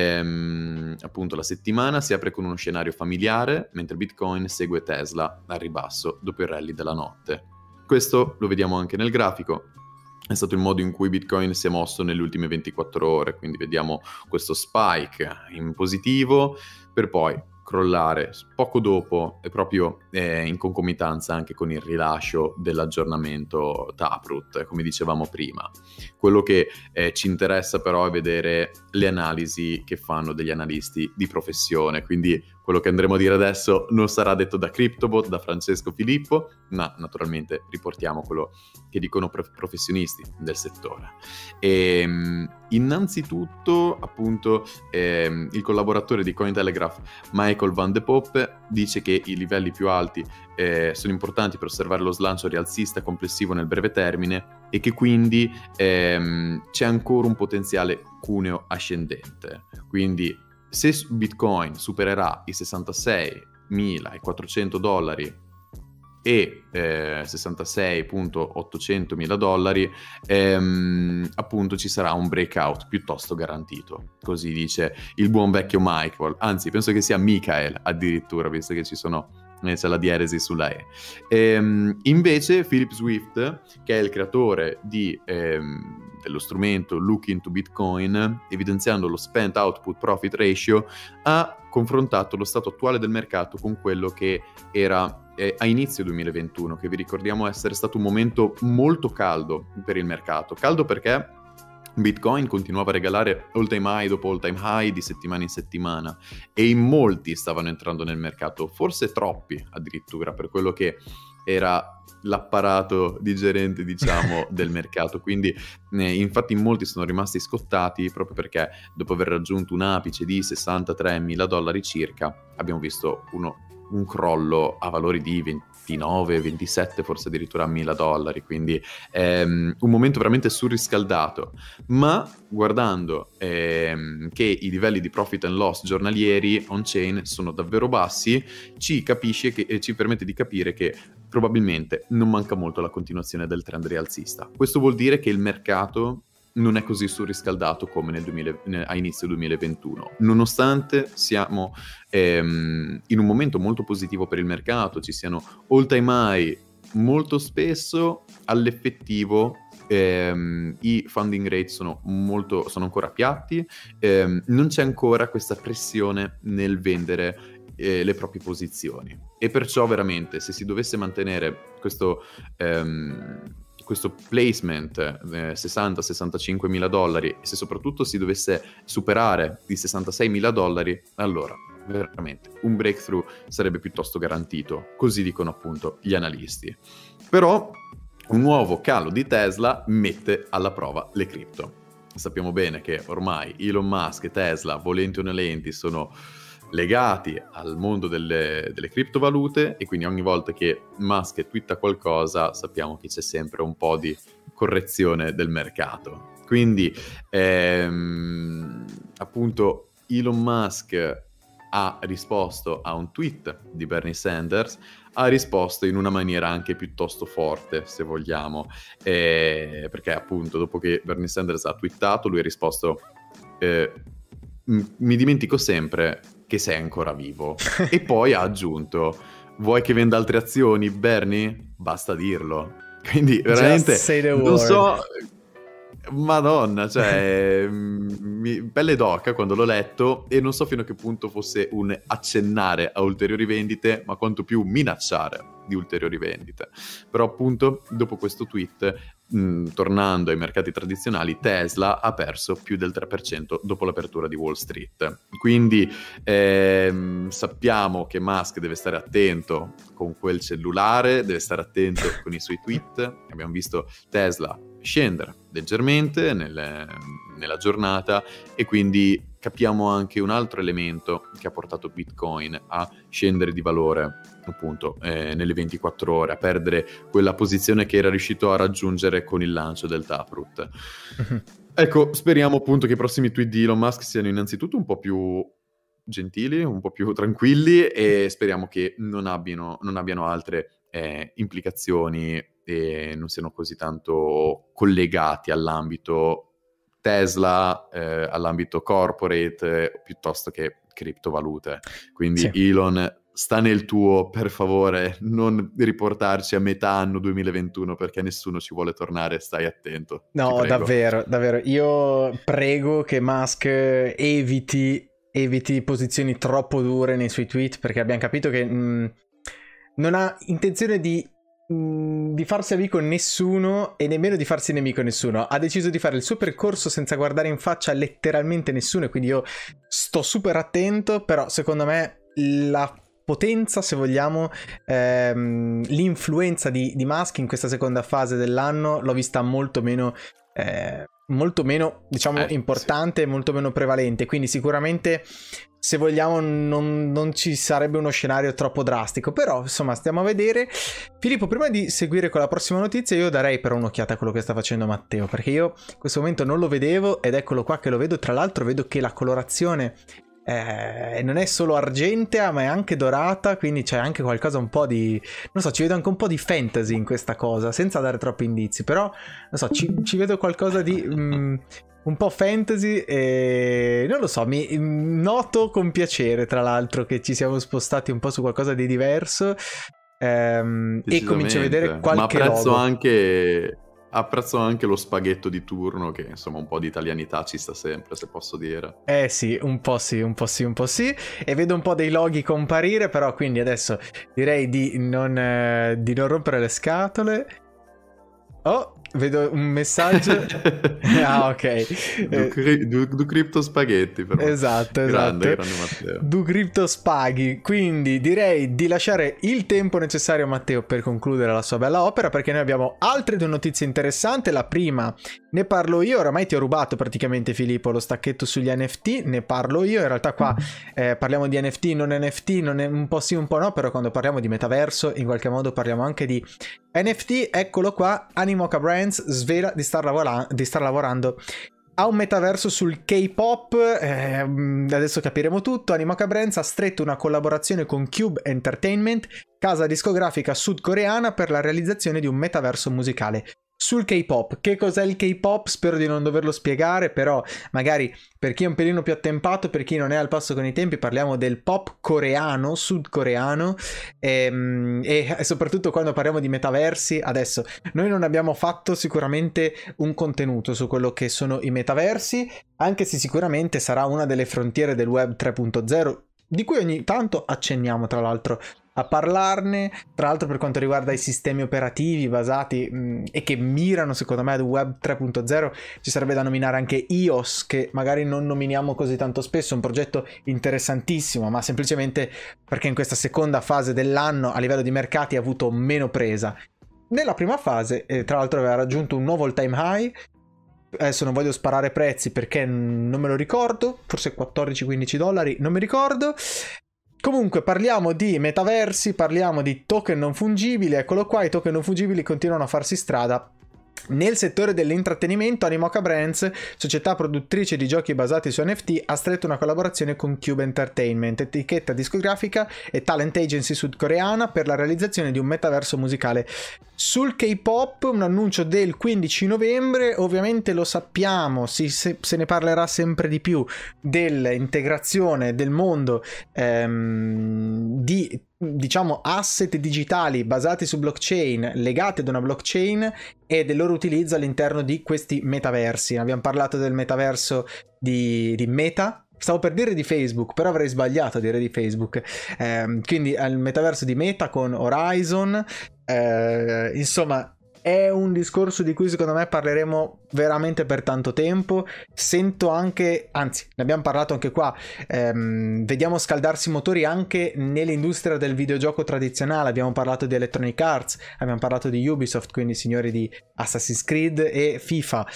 ehm, appunto, la settimana si apre con uno scenario familiare, mentre Bitcoin segue Tesla al ribasso dopo il rally della notte. Questo lo vediamo anche nel grafico, è stato il modo in cui Bitcoin si è mosso nelle ultime ventiquattro ore, quindi vediamo questo spike in positivo per poi crollare poco dopo e proprio eh, in concomitanza anche con il rilascio dell'aggiornamento Taproot, come dicevamo prima. Quello che eh, ci interessa però è vedere le analisi che fanno degli analisti di professione, quindi quello che andremo a dire adesso non sarà detto da CryptoBot, da Francesco Filippo, ma naturalmente riportiamo quello che dicono prof- professionisti del settore. E, innanzitutto, appunto, ehm, il collaboratore di Cointelegraph, Michael Van de Poppe, dice che i livelli più alti eh, sono importanti per osservare lo slancio rialzista complessivo nel breve termine e che quindi ehm, c'è ancora un potenziale cuneo ascendente. Quindi se Bitcoin supererà i sessantaseimilaquattrocento dollari e eh, sessantaseiottocentomila dollari, ehm, appunto ci sarà un breakout piuttosto garantito. Così dice il buon vecchio Michael, anzi penso che sia Michael addirittura, visto che ci sono c'è la dieresi sulla E. Ehm, invece Philip Swift, che è il creatore di, ehm, dello strumento Look into Bitcoin, evidenziando lo Spent Output Profit Ratio, ha confrontato lo stato attuale del mercato con quello che era eh, a inizio duemilaventuno, che vi ricordiamo essere stato un momento molto caldo per il mercato. Caldo perché Bitcoin continuava a regalare all time high dopo all time high di settimana in settimana e in molti stavano entrando nel mercato, forse troppi addirittura per quello che era l'apparato digerente, diciamo, del mercato. Quindi eh, infatti in molti sono rimasti scottati proprio perché dopo aver raggiunto un apice di sessantatremila dollari circa abbiamo visto uno un crollo a valori di ventinove, ventisette, forse addirittura a mille dollari, quindi ehm, un momento veramente surriscaldato. Ma guardando ehm, che i livelli di profit and loss giornalieri on-chain sono davvero bassi, ci capisce che, eh, ci permette di capire che probabilmente non manca molto la continuazione del trend rialzista. Questo vuol dire che il mercato non è così surriscaldato come nel duemila, a inizio duemilaventuno. Nonostante siamo ehm, in un momento molto positivo per il mercato, ci siano all time high molto spesso, all'effettivo ehm, i funding rate sono, molto, sono ancora piatti, ehm, non c'è ancora questa pressione nel vendere eh, le proprie posizioni. E perciò veramente, se si dovesse mantenere questo... Ehm, questo placement eh, sessanta sessantacinque mila dollari e se soprattutto si dovesse superare i sessantasei mila dollari, allora veramente un breakthrough sarebbe piuttosto garantito, così dicono appunto gli analisti. Però un nuovo calo di Tesla mette alla prova le cripto. Sappiamo bene che ormai Elon Musk e Tesla, volenti o nolenti, sono legati al mondo delle, delle criptovalute e quindi ogni volta che Musk twitta qualcosa sappiamo che c'è sempre un po' di correzione del mercato. Quindi ehm, appunto Elon Musk ha risposto a un tweet di Bernie Sanders, ha risposto in una maniera anche piuttosto forte, se vogliamo, eh, perché appunto dopo che Bernie Sanders ha twittato lui ha risposto eh, mi dimentico sempre che sei ancora vivo. E poi ha aggiunto: vuoi che venda altre azioni, Bernie? Basta dirlo. Quindi veramente non so, Madonna, cioè, mi, pelle d'oca quando l'ho letto e non so fino a che punto fosse un accennare a ulteriori vendite, ma quanto più minacciare di ulteriori vendite. Però appunto, dopo questo tweet, mh, tornando ai mercati tradizionali, Tesla ha perso più del tre per cento dopo l'apertura di Wall Street. Quindi ehm, sappiamo che Musk deve stare attento con quel cellulare, deve stare attento con i suoi tweet. Abbiamo visto Tesla scendere leggermente nelle, nella giornata e quindi capiamo anche un altro elemento che ha portato Bitcoin a scendere di valore appunto eh, nelle ventiquattro ore, a perdere quella posizione che era riuscito a raggiungere con il lancio del Taproot. Uh-huh. Ecco, speriamo appunto che i prossimi tweet di Elon Musk siano innanzitutto un po' più gentili, un po' più tranquilli e speriamo che non abbiano, non abbiano altre eh, implicazioni e non siano così tanto collegati all'ambito Tesla, eh, all'ambito corporate, eh, piuttosto che criptovalute. Quindi sì. Elon, sta nel tuo, per favore, non riportarci a metà anno duemilaventuno perché nessuno ci vuole tornare, stai attento. No, davvero, davvero. Io prego che Musk eviti, eviti posizioni troppo dure nei suoi tweet, perché abbiamo capito che mh, non ha intenzione di di farsi amico nessuno e nemmeno di farsi nemico nessuno. Ha deciso di fare il suo percorso senza guardare in faccia letteralmente nessuno e quindi io sto super attento, però secondo me la potenza, se vogliamo, ehm, l'influenza di, di Musk in questa seconda fase dell'anno l'ho vista molto meno eh, molto meno diciamo eh, importante, sì. molto meno prevalente, quindi sicuramente se vogliamo non, non ci sarebbe uno scenario troppo drastico, però insomma stiamo a vedere. Filippo, prima di seguire con la prossima notizia io darei però un'occhiata a quello che sta facendo Matteo, perché io in questo momento non lo vedevo ed eccolo qua che lo vedo. Tra l'altro vedo che la colorazione eh, non è solo argentea ma è anche dorata, quindi c'è anche qualcosa un po' di, non so, ci vedo anche un po' di fantasy in questa cosa, senza dare troppi indizi, però non so, ci, ci vedo qualcosa di mm, un po' fantasy e non lo so, mi noto con piacere tra l'altro che ci siamo spostati un po' su qualcosa di diverso ehm, e comincio a vedere qualche ma apprezzo logo. anche apprezzo anche lo spaghetto di turno, che insomma un po' di italianità ci sta sempre, se posso dire. Eh sì, un po' sì, un po' sì, un po' sì, e vedo un po' dei loghi comparire, però quindi adesso direi di non, eh, di non rompere le scatole. Oh, vedo un messaggio. Ah, ok. Du, cri- du, du cripto spaghetti, però. Esatto, esatto. Grande, grande Matteo. Du cripto spaghi. Quindi direi di lasciare il tempo necessario a Matteo per concludere la sua bella opera, perché noi abbiamo altre due notizie interessanti. La prima ne parlo io, oramai ti ho rubato praticamente, Filippo, lo stacchetto sugli N F T, ne parlo io. In realtà qua eh, parliamo di N F T, non N F T, non è un po' sì, un po' no, però quando parliamo di metaverso in qualche modo parliamo anche di N F T. Eccolo qua, Animoca Brands svela di star, lavora- di star lavorando a un metaverso sul K-pop. Eh, adesso capiremo tutto. Animoca Brands ha stretto una collaborazione con Cube Entertainment, casa discografica sudcoreana, per la realizzazione di un metaverso musicale sul K-pop. Che cos'è il K-pop? Spero di non doverlo spiegare, però magari per chi è un pelino più attempato, per chi non è al passo con i tempi, parliamo del pop coreano, sudcoreano, e, e soprattutto quando parliamo di metaversi. Adesso noi non abbiamo fatto sicuramente un contenuto su quello che sono i metaversi, anche se sicuramente sarà una delle frontiere del web tre punto zero, di cui ogni tanto accenniamo tra l'altro a parlarne, tra l'altro per quanto riguarda i sistemi operativi basati mh, e che mirano secondo me ad un web tre punto zero. Ci sarebbe da nominare anche i O S, che magari non nominiamo così tanto spesso, un progetto interessantissimo, ma semplicemente perché in questa seconda fase dell'anno a livello di mercati ha avuto meno presa. Nella prima fase eh, tra l'altro aveva raggiunto un nuovo all time high. Adesso non voglio sparare prezzi perché non me lo ricordo, forse quattordici quindici dollari, non mi ricordo. Comunque parliamo di metaversi, parliamo di token non fungibili. Eccolo qua, i token non fungibili continuano a farsi strada nel settore dell'intrattenimento. Animoca Brands, società produttrice di giochi basati su N F T, ha stretto una collaborazione con Cube Entertainment, etichetta discografica e talent agency sudcoreana, per la realizzazione di un metaverso musicale Sul K-pop un annuncio del quindici novembre, ovviamente lo sappiamo, si, se, se ne parlerà sempre di più dell'integrazione del mondo ehm, di, diciamo, asset digitali basati su blockchain, legati ad una blockchain e del loro utilizzo all'interno di questi metaversi. Abbiamo parlato del metaverso di, di Meta. Stavo per dire di Facebook, però avrei sbagliato a dire di Facebook. Eh, quindi al metaverso di Meta con Horizon. Eh, insomma, è un discorso di cui secondo me parleremo veramente per tanto tempo. Sento anche, anzi, ne abbiamo parlato anche qua, ehm, vediamo scaldarsi motori anche nell'industria del videogioco tradizionale. Abbiamo parlato di Electronic Arts, abbiamo parlato di Ubisoft, quindi signori di Assassin's Creed e FIFA.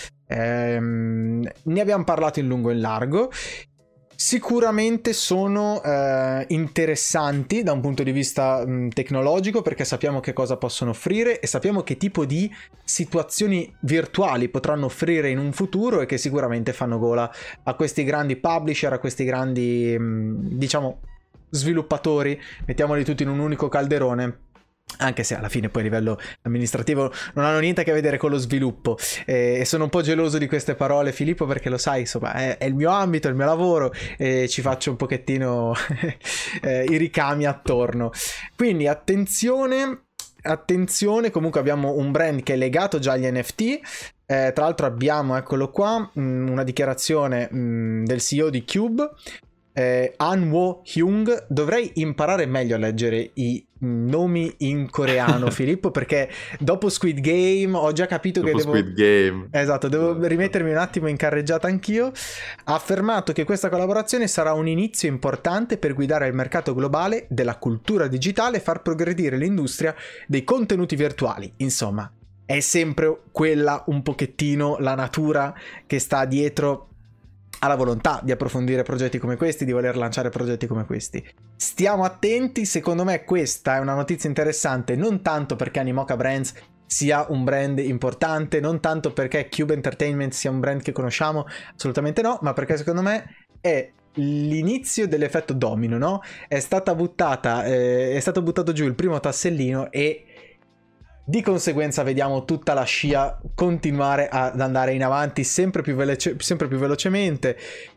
Ehm, ne abbiamo parlato in lungo e in largo. Sicuramente sono eh, interessanti da un punto di vista mh, tecnologico, perché sappiamo che cosa possono offrire e sappiamo che tipo di situazioni virtuali potranno offrire in un futuro, e che sicuramente fanno gola a questi grandi publisher, a questi grandi mh, diciamo sviluppatori, mettiamoli tutti in un unico calderone. Anche se alla fine poi a livello amministrativo non hanno niente a che vedere con lo sviluppo, e sono un po' geloso di queste parole, Filippo, perché lo sai, insomma è, è il mio ambito, è il mio lavoro, e ci faccio un pochettino eh, i ricami attorno. Quindi attenzione, attenzione, comunque abbiamo un brand che è legato già agli N F T. Eh, tra l'altro abbiamo, eccolo qua, mh, una dichiarazione mh, del C E O di Cube, eh, Han-Wo Hyung. Dovrei imparare meglio a leggere i nomi in coreano, Filippo, perché dopo Squid Game ho già capito dopo che devo Squid Game. esatto, devo rimettermi un attimo in carreggiata anch'io. Ha affermato che questa collaborazione sarà un inizio importante per guidare il mercato globale della cultura digitale e far progredire l'industria dei contenuti virtuali. Insomma, è sempre quella un pochettino la natura che sta dietro alla volontà di approfondire progetti come questi, di voler lanciare progetti come questi. Stiamo attenti, secondo me questa è una notizia interessante, non tanto perché Animoca Brands sia un brand importante, non tanto perché Cube Entertainment sia un brand che conosciamo, assolutamente no, ma perché secondo me è l'inizio dell'effetto domino, no? È stata buttata, eh, è stato buttato giù il primo tassellino e di conseguenza vediamo tutta la scia continuare ad andare in avanti sempre più, veloce, sempre più velocemente.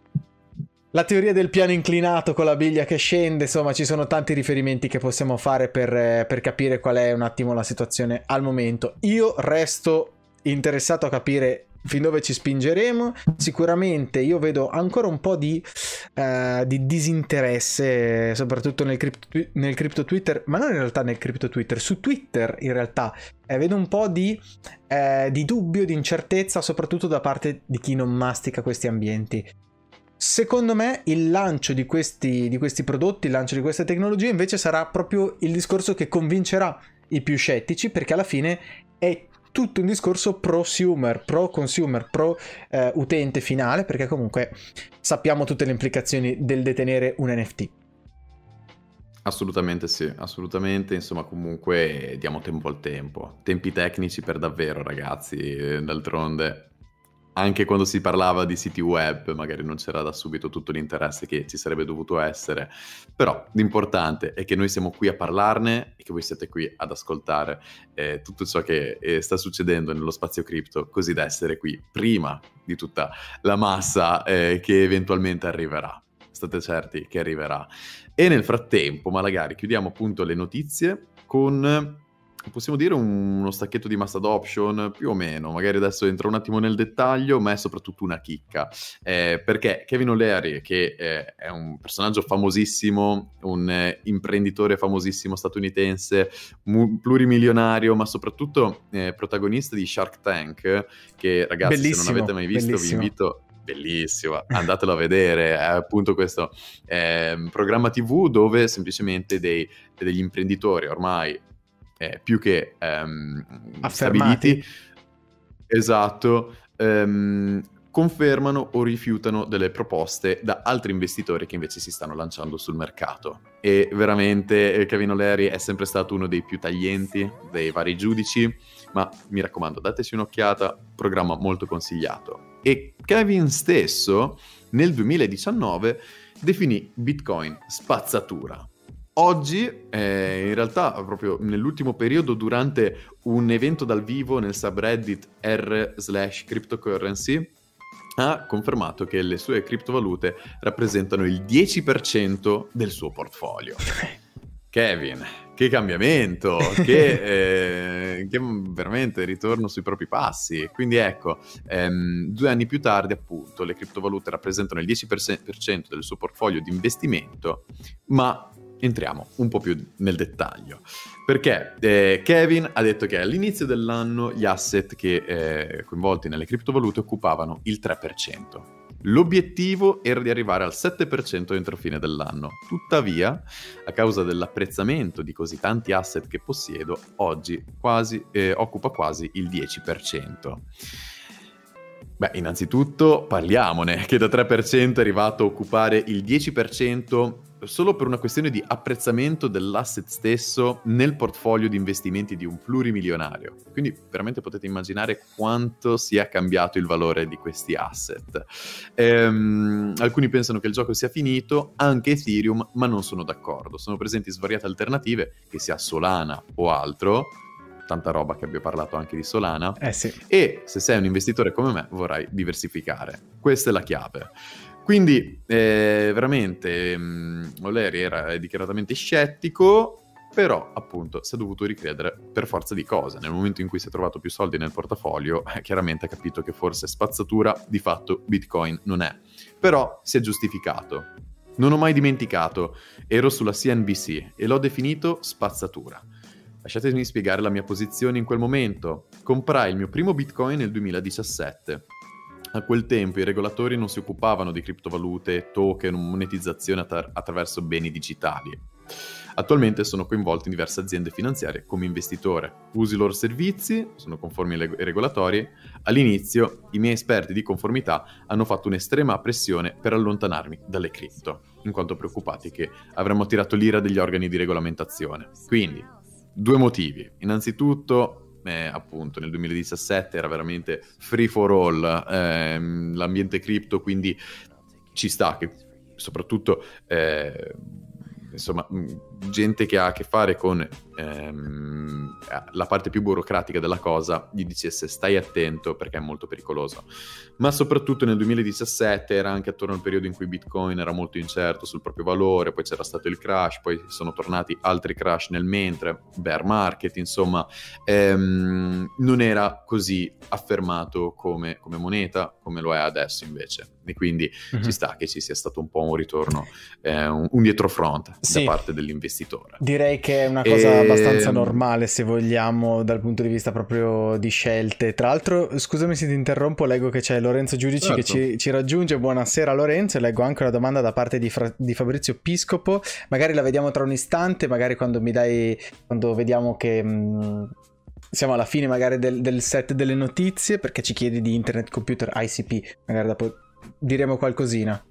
La teoria del piano inclinato con la biglia che scende, insomma ci sono tanti riferimenti che possiamo fare per, per capire qual è un attimo la situazione al momento. Io resto interessato a capire fin dove ci spingeremo. Sicuramente io vedo ancora un po' di, uh, di disinteresse, soprattutto nel crypto, nel crypto Twitter, ma non in realtà nel crypto Twitter, su Twitter in realtà eh, vedo un po' di, eh, di dubbio, di incertezza, soprattutto da parte di chi non mastica questi ambienti. Secondo me il lancio di questi, di questi prodotti, il lancio di queste tecnologie invece sarà proprio il discorso che convincerà i più scettici, perché alla fine è tutto un discorso prosumer, pro consumer, pro eh, utente finale, perché comunque sappiamo tutte le implicazioni del detenere un N F T. Assolutamente sì, assolutamente, insomma comunque diamo tempo al tempo, tempi tecnici per davvero ragazzi, d'altronde anche quando si parlava di siti web magari non c'era da subito tutto l'interesse che ci sarebbe dovuto essere, però l'importante è che noi siamo qui a parlarne e che voi siete qui ad ascoltare eh, tutto ciò che eh, sta succedendo nello spazio cripto, così da essere qui prima di tutta la massa eh, che eventualmente arriverà. State certi che arriverà. E nel frattempo magari chiudiamo appunto le notizie con, possiamo dire, uno stacchetto di mass adoption, più o meno, magari adesso entro un attimo nel dettaglio, ma è soprattutto una chicca, eh, perché Kevin O'Leary, che eh, è un personaggio famosissimo, un eh, imprenditore famosissimo statunitense, mu- plurimilionario, ma soprattutto eh, protagonista di Shark Tank, che ragazzi bellissimo, se non avete mai visto bellissimo. vi invito... Bellissimo, andatelo a vedere, è appunto questo eh, programma tivù dove semplicemente dei, degli imprenditori ormai eh, più che ehm, stabiliti, esatto, ehm, confermano o rifiutano delle proposte da altri investitori che invece si stanno lanciando sul mercato. E veramente Kevin O'Leary è sempre stato uno dei più taglienti dei vari giudici, ma mi raccomando, dateci un'occhiata, programma molto consigliato. E Kevin stesso nel duemiladiciannove definì Bitcoin spazzatura. oggi, eh, in realtà, proprio nell'ultimo periodo, durante un evento dal vivo nel subreddit r slash cryptocurrency, ha confermato che le sue criptovalute rappresentano il dieci per cento del suo portfolio. Kevin, che cambiamento, che, eh, che veramente ritorno sui propri passi. Quindi ecco, ehm, due anni più tardi appunto le criptovalute rappresentano il dieci per cento del suo portfolio di investimento, ma entriamo un po' più nel dettaglio, perché eh, Kevin ha detto che all'inizio dell'anno gli asset che eh, coinvolti nelle criptovalute occupavano il tre per cento. L'obiettivo era di arrivare al sette per cento entro fine dell'anno. Tuttavia, a causa dell'apprezzamento di così tanti asset che possiedo, oggi quasi, eh, occupa quasi il dieci per cento. Beh, innanzitutto parliamone, che da tre per cento è arrivato a occupare il dieci per cento solo per una questione di apprezzamento dell'asset stesso nel portfolio di investimenti di un plurimilionario. Quindi veramente potete immaginare quanto sia cambiato il valore di questi asset. Ehm, alcuni pensano che il gioco sia finito, anche Ethereum, ma non sono d'accordo. Sono presenti svariate alternative, che sia Solana o altro, tanta roba che abbia parlato anche di Solana, eh sì. E se sei un investitore come me vorrai diversificare. Questa è la chiave. Quindi eh, veramente mh, O'Leary era dichiaratamente scettico, però appunto si è dovuto ricredere per forza di cose. Nel momento in cui si è trovato più soldi nel portafolio, eh, chiaramente ha capito che forse spazzatura di fatto Bitcoin non è. Però si è giustificato. Non ho mai dimenticato, ero sulla C N B C e l'ho definito spazzatura. Lasciatemi spiegare la mia posizione in quel momento. Comprai il mio primo Bitcoin nel duemiladiciassette. A quel tempo i regolatori non si occupavano di criptovalute, token, monetizzazione attra- attraverso beni digitali. Attualmente sono coinvolto in diverse aziende finanziarie come investitore. Uso i loro servizi, sono conformi ai regolatori. All'inizio i miei esperti di conformità hanno fatto un'estrema pressione per allontanarmi dalle cripto, in quanto preoccupati che avremmo attirato l'ira degli organi di regolamentazione. Quindi, due motivi. Innanzitutto, eh, appunto, nel duemiladiciassette era veramente free for all ehm, l'ambiente cripto, quindi ci sta che soprattutto eh, insomma gente che ha a che fare con ehm, la parte più burocratica della cosa gli dicesse stai attento perché è molto pericoloso. Ma soprattutto nel duemiladiciassette era anche attorno al periodo in cui Bitcoin era molto incerto sul proprio valore, poi c'era stato il crash, poi sono tornati altri crash nel mentre, bear market, insomma ehm, non era così affermato come, come moneta come lo è adesso invece, e quindi mm-hmm. ci sta che ci sia stato un po' un ritorno, eh, un, un dietrofront sì. da parte dell'investitore. Direi che è una cosa e... abbastanza normale, se vogliamo, dal punto di vista proprio di scelte. Tra l'altro, scusami se ti interrompo, leggo che c'è Lorenzo Giudici certo. che ci, ci raggiunge. Buonasera Lorenzo, e leggo anche una domanda da parte di, Fra- di Fabrizio Piscopo, magari la vediamo tra un istante, magari quando mi dai, quando vediamo che mh, siamo alla fine magari del, del set delle notizie, perché ci chiedi di Internet Computer I C P, magari dopo diremo qualcosina.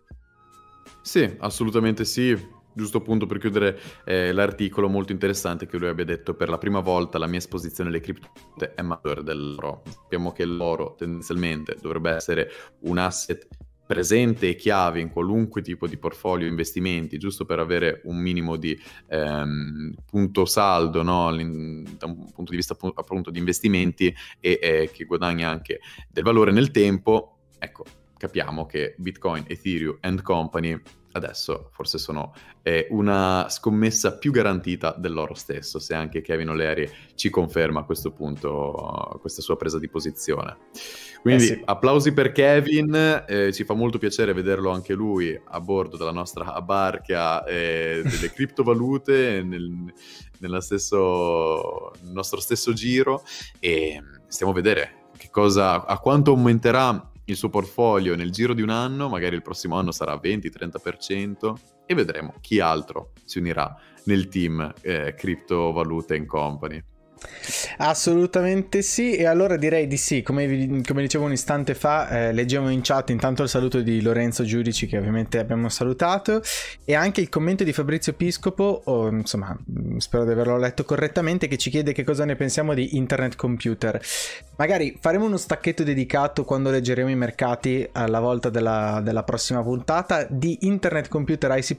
Sì, assolutamente sì. Giusto appunto per chiudere eh, l'articolo, molto interessante che lui abbia detto: per la prima volta la mia esposizione alle criptovalute è maggiore dell'oro. Sappiamo che l'oro tendenzialmente dovrebbe essere un asset presente e chiave in qualunque tipo di portfolio investimenti, giusto per avere un minimo di ehm, punto saldo, no? Da un punto di vista appunto di investimenti, e eh, che guadagna anche del valore nel tempo. Ecco, capiamo che Bitcoin, Ethereum and Company adesso forse sono eh, una scommessa più garantita dell'oro stesso, se anche Kevin O'Leary ci conferma a questo punto questa sua presa di posizione. Quindi eh sì. applausi per Kevin, eh, ci fa molto piacere vederlo anche lui a bordo della nostra barca eh, delle criptovalute nel, nella stesso, nel nostro stesso giro, e stiamo a vedere che cosa, a quanto aumenterà il suo portfolio nel giro di un anno. Magari il prossimo anno sarà venti trenta per cento, e vedremo chi altro si unirà nel team eh, Criptovalute and Company. Assolutamente sì, e allora direi di sì. Come, vi, come dicevo un istante fa, eh, leggevo in chat intanto il saluto di Lorenzo Giudici, che ovviamente abbiamo salutato, e anche il commento di Fabrizio Piscopo, o, insomma spero di averlo letto correttamente, che ci chiede che cosa ne pensiamo di Internet Computer. Magari faremo uno stacchetto dedicato quando leggeremo i mercati alla volta della, della prossima puntata. Di Internet Computer I C P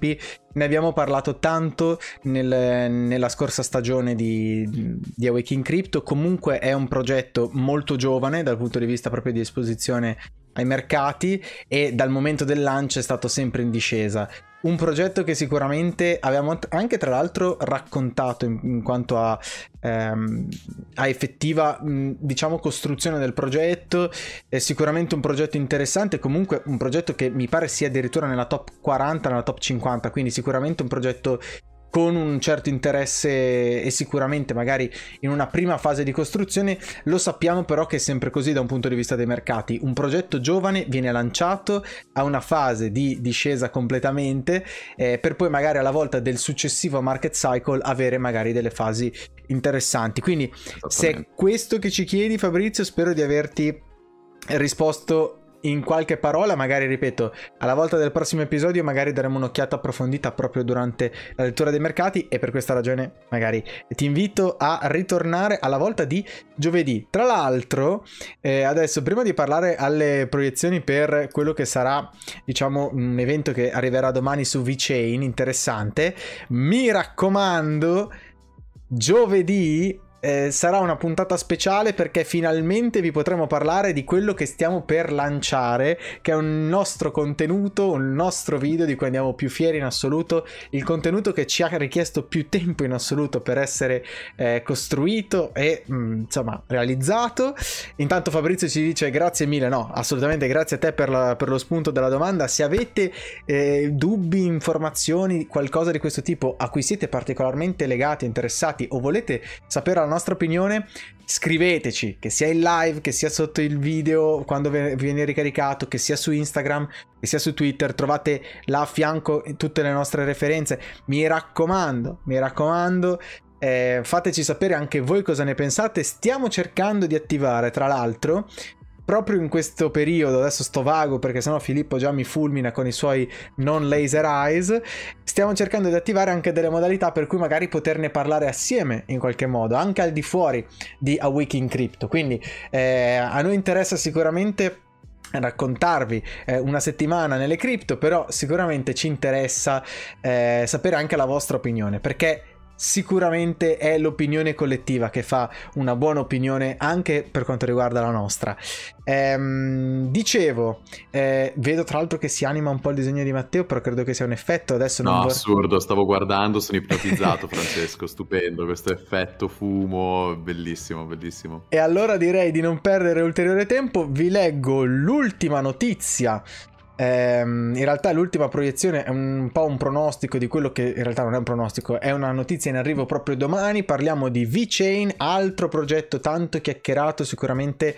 ne abbiamo parlato tanto nel, nella scorsa stagione di, di Awakening Crypto. Comunque è un progetto molto giovane dal punto di vista proprio di esposizione ai mercati, e dal momento del lancio è stato sempre in discesa. Un progetto che sicuramente abbiamo anche tra l'altro raccontato in, in quanto a, ehm, a effettiva mh, diciamo costruzione del progetto. È sicuramente un progetto interessante, comunque un progetto che mi pare sia addirittura nella top quaranta, nella top cinquanta, quindi sicuramente un progetto con un certo interesse, e sicuramente magari in una prima fase di costruzione. Lo sappiamo però che è sempre così da un punto di vista dei mercati: un progetto giovane viene lanciato a una fase di discesa completamente, eh, per poi magari alla volta del successivo market cycle avere magari delle fasi interessanti. Quindi se è questo che ci chiedi, Fabrizio, spero di averti risposto in qualche parola. Magari, ripeto, alla volta del prossimo episodio magari daremo un'occhiata approfondita proprio durante la lettura dei mercati, e per questa ragione magari ti invito a ritornare alla volta di giovedì. Tra l'altro, eh, adesso, prima di parlare alle proiezioni per quello che sarà, diciamo, un evento che arriverà domani su VeChain, interessante, mi raccomando, giovedì Eh, sarà una puntata speciale, perché finalmente vi potremo parlare di quello che stiamo per lanciare, che è un nostro contenuto, un nostro video di cui andiamo più fieri in assoluto, il contenuto che ci ha richiesto più tempo in assoluto per essere eh, costruito e mh, insomma realizzato. Intanto Fabrizio ci dice grazie mille. No, assolutamente grazie a te per, la, per lo spunto della domanda. Se avete eh, dubbi, informazioni, qualcosa di questo tipo a cui siete particolarmente legati, interessati, o volete sapere la nostra opinione, scriveteci, che sia in live, che sia sotto il video quando viene ricaricato, che sia su Instagram, che sia su Twitter. Trovate là a fianco tutte le nostre referenze. Mi raccomando, mi raccomando, eh, fateci sapere anche voi cosa ne pensate. Stiamo cercando di attivare, tra l'altro, proprio in questo periodo, adesso sto vago perché sennò Filippo già mi fulmina con i suoi non laser eyes, stiamo cercando di attivare anche delle modalità per cui magari poterne parlare assieme in qualche modo, anche al di fuori di Awakening Crypto. Quindi eh, a noi interessa sicuramente raccontarvi eh, una settimana nelle cripto, però sicuramente ci interessa eh, sapere anche la vostra opinione, perché sicuramente è l'opinione collettiva che fa una buona opinione anche per quanto riguarda la nostra. Ehm, dicevo, eh, vedo tra l'altro che si anima un po' il disegno di Matteo, però credo che sia un effetto. Adesso non no, vor... assurdo, stavo guardando, sono ipnotizzato. Francesco, stupendo questo effetto fumo, bellissimo, bellissimo. E allora direi di non perdere ulteriore tempo, vi leggo l'ultima notizia. In realtà l'ultima proiezione è un po' un pronostico di quello che in realtà non è un pronostico, è una notizia in arrivo proprio domani. Parliamo di VeChain, altro progetto tanto chiacchierato sicuramente,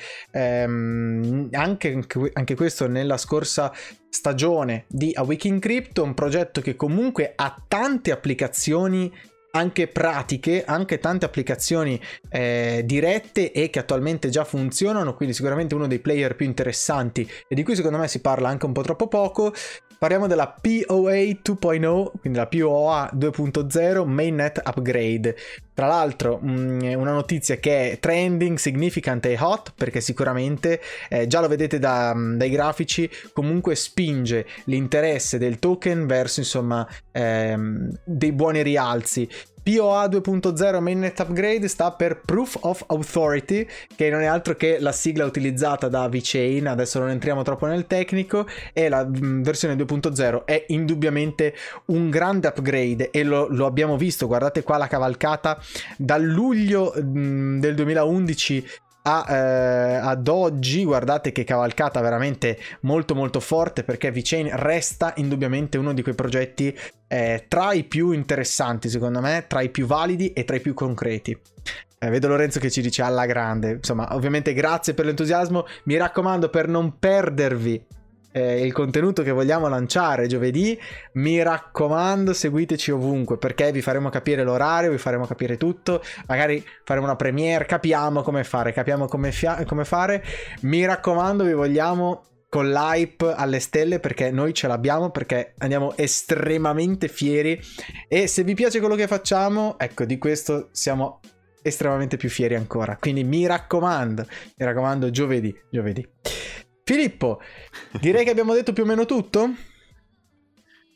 ehm, anche, anche questo nella scorsa stagione di Awakening Crypto, un progetto che comunque ha tante applicazioni anche pratiche, anche tante applicazioni eh, dirette e che attualmente già funzionano, quindi sicuramente uno dei player più interessanti e di cui secondo me si parla anche un po' troppo poco. Parliamo della P O A due punto zero, quindi la P O A due punto zero Mainnet Upgrade. Tra l'altro mh, una notizia che è trending, significant e hot, perché sicuramente eh, già lo vedete da, dai grafici, comunque spinge l'interesse del token verso insomma ehm, dei buoni rialzi. P O A due punto zero Mainnet Upgrade sta per Proof of Authority, che non è altro che la sigla utilizzata da VeChain. Adesso non entriamo troppo nel tecnico, e la mh, versione due punto zero è indubbiamente un grande upgrade, e lo, lo abbiamo visto, guardate qua la cavalcata dal luglio mh, del duemilaundici A, eh, ad oggi. Guardate che cavalcata veramente molto molto forte, perché VeChain resta indubbiamente uno di quei progetti eh, tra i più interessanti, secondo me, tra i più validi e tra i più concreti. Eh, vedo Lorenzo che ci dice alla grande. Insomma, ovviamente grazie per l'entusiasmo. Mi raccomando, per non perdervi eh, il contenuto che vogliamo lanciare giovedì, mi raccomando, seguiteci ovunque, perché vi faremo capire l'orario, vi faremo capire tutto, magari faremo una premiere, capiamo come fare, capiamo come, fia- come fare. Mi raccomando, vi vogliamo con l'hype alle stelle, perché noi ce l'abbiamo, perché andiamo estremamente fieri, e se vi piace quello che facciamo, ecco, di questo siamo estremamente più fieri ancora. Quindi mi raccomando, mi raccomando, giovedì, giovedì. Filippo, direi che abbiamo detto più o meno tutto.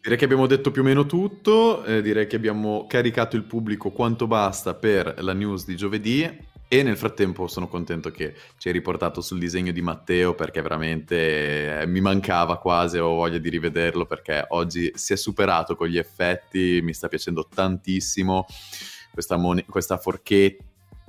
Direi che abbiamo detto più o meno tutto, eh, direi che abbiamo caricato il pubblico quanto basta per la news di giovedì e nel frattempo sono contento che ci hai riportato sul disegno di Matteo perché veramente eh, mi mancava quasi, ho voglia di rivederlo perché oggi si è superato con gli effetti, mi sta piacendo tantissimo questa, mon- questa forchetta.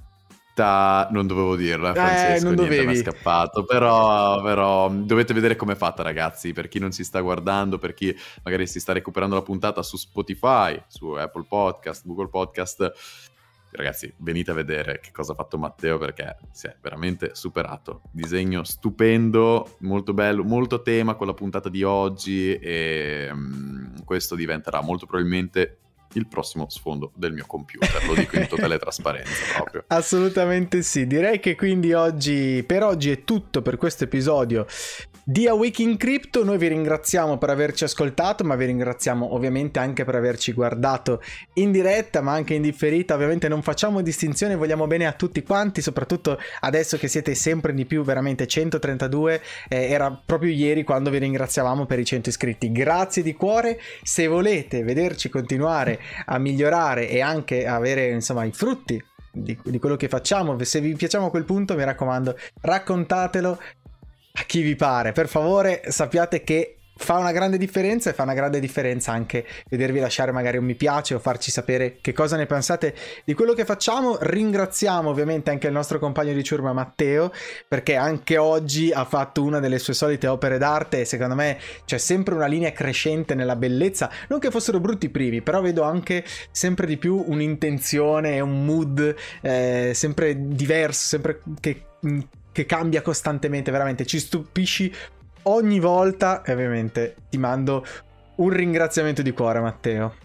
Non dovevo dirlo, eh, Francesco, Eh, non niente, mi è dovevi. scappato, però, però dovete vedere com'è fatta, ragazzi, per chi non si sta guardando, per chi magari si sta recuperando la puntata su Spotify, su Apple Podcast, Google Podcast, ragazzi, venite a vedere che cosa ha fatto Matteo perché si è veramente superato. Disegno stupendo, molto bello, molto tema con la puntata di oggi e um, questo diventerà molto probabilmente il prossimo sfondo del mio computer, lo dico in totale trasparenza proprio. Assolutamente sì, direi che quindi oggi, per oggi è tutto per questo episodio di A Week in Crypto. Noi vi ringraziamo per averci ascoltato, ma vi ringraziamo ovviamente anche per averci guardato in diretta, ma anche in differita. Ovviamente non facciamo distinzione, vogliamo bene a tutti quanti, soprattutto adesso che siete sempre di più, veramente centotrentadue, eh, era proprio ieri quando vi ringraziavamo per i cento iscritti. Grazie di cuore. Se volete vederci continuare a migliorare e anche avere insomma i frutti di, di quello che facciamo, se vi piacciamo a quel punto, mi raccomando, raccontatelo a chi vi pare, per favore. Sappiate che fa una grande differenza e fa una grande differenza anche vedervi lasciare magari un mi piace o farci sapere che cosa ne pensate di quello che facciamo. Ringraziamo ovviamente anche il nostro compagno di ciurma Matteo, perché anche oggi ha fatto una delle sue solite opere d'arte e secondo me c'è sempre una linea crescente nella bellezza, non che fossero brutti i primi, però vedo anche sempre di più un'intenzione e un mood eh, sempre diverso, sempre che, che cambia costantemente, veramente ci stupisci ogni volta e ovviamente ti mando un ringraziamento di cuore, Matteo.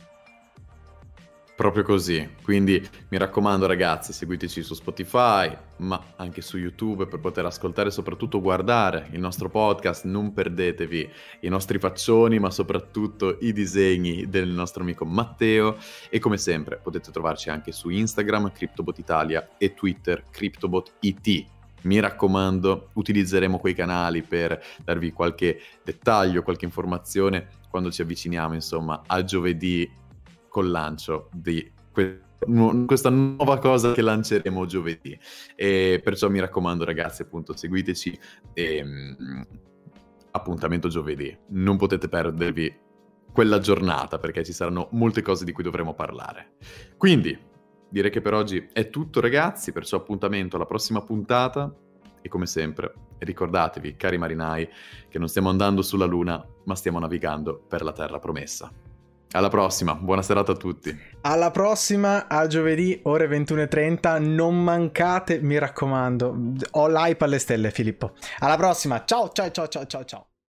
Proprio così, quindi mi raccomando ragazzi, seguiteci su Spotify, ma anche su YouTube per poter ascoltare e soprattutto guardare il nostro podcast. Non perdetevi i nostri faccioni, ma soprattutto i disegni del nostro amico Matteo. E come sempre potete trovarci anche su Instagram, CryptoBot Italia, e Twitter, CryptoBot I T. Mi raccomando, utilizzeremo quei canali per darvi qualche dettaglio, qualche informazione quando ci avviciniamo, insomma, a giovedì col lancio di que- nu- questa nuova cosa che lanceremo giovedì. E perciò mi raccomando, ragazzi, appunto, seguiteci e mm, appuntamento giovedì. Non potete perdervi quella giornata perché ci saranno molte cose di cui dovremo parlare. Quindi direi che per oggi è tutto, ragazzi, perciò appuntamento alla prossima puntata e come sempre ricordatevi, cari marinai, che non stiamo andando sulla Luna, ma stiamo navigando per la terra promessa. Alla prossima, buona serata a tutti. Alla prossima, a giovedì, ore ventuno e trenta, non mancate, mi raccomando. Ho l'hype alle stelle, Filippo. Alla prossima, ciao ciao ciao ciao ciao ciao.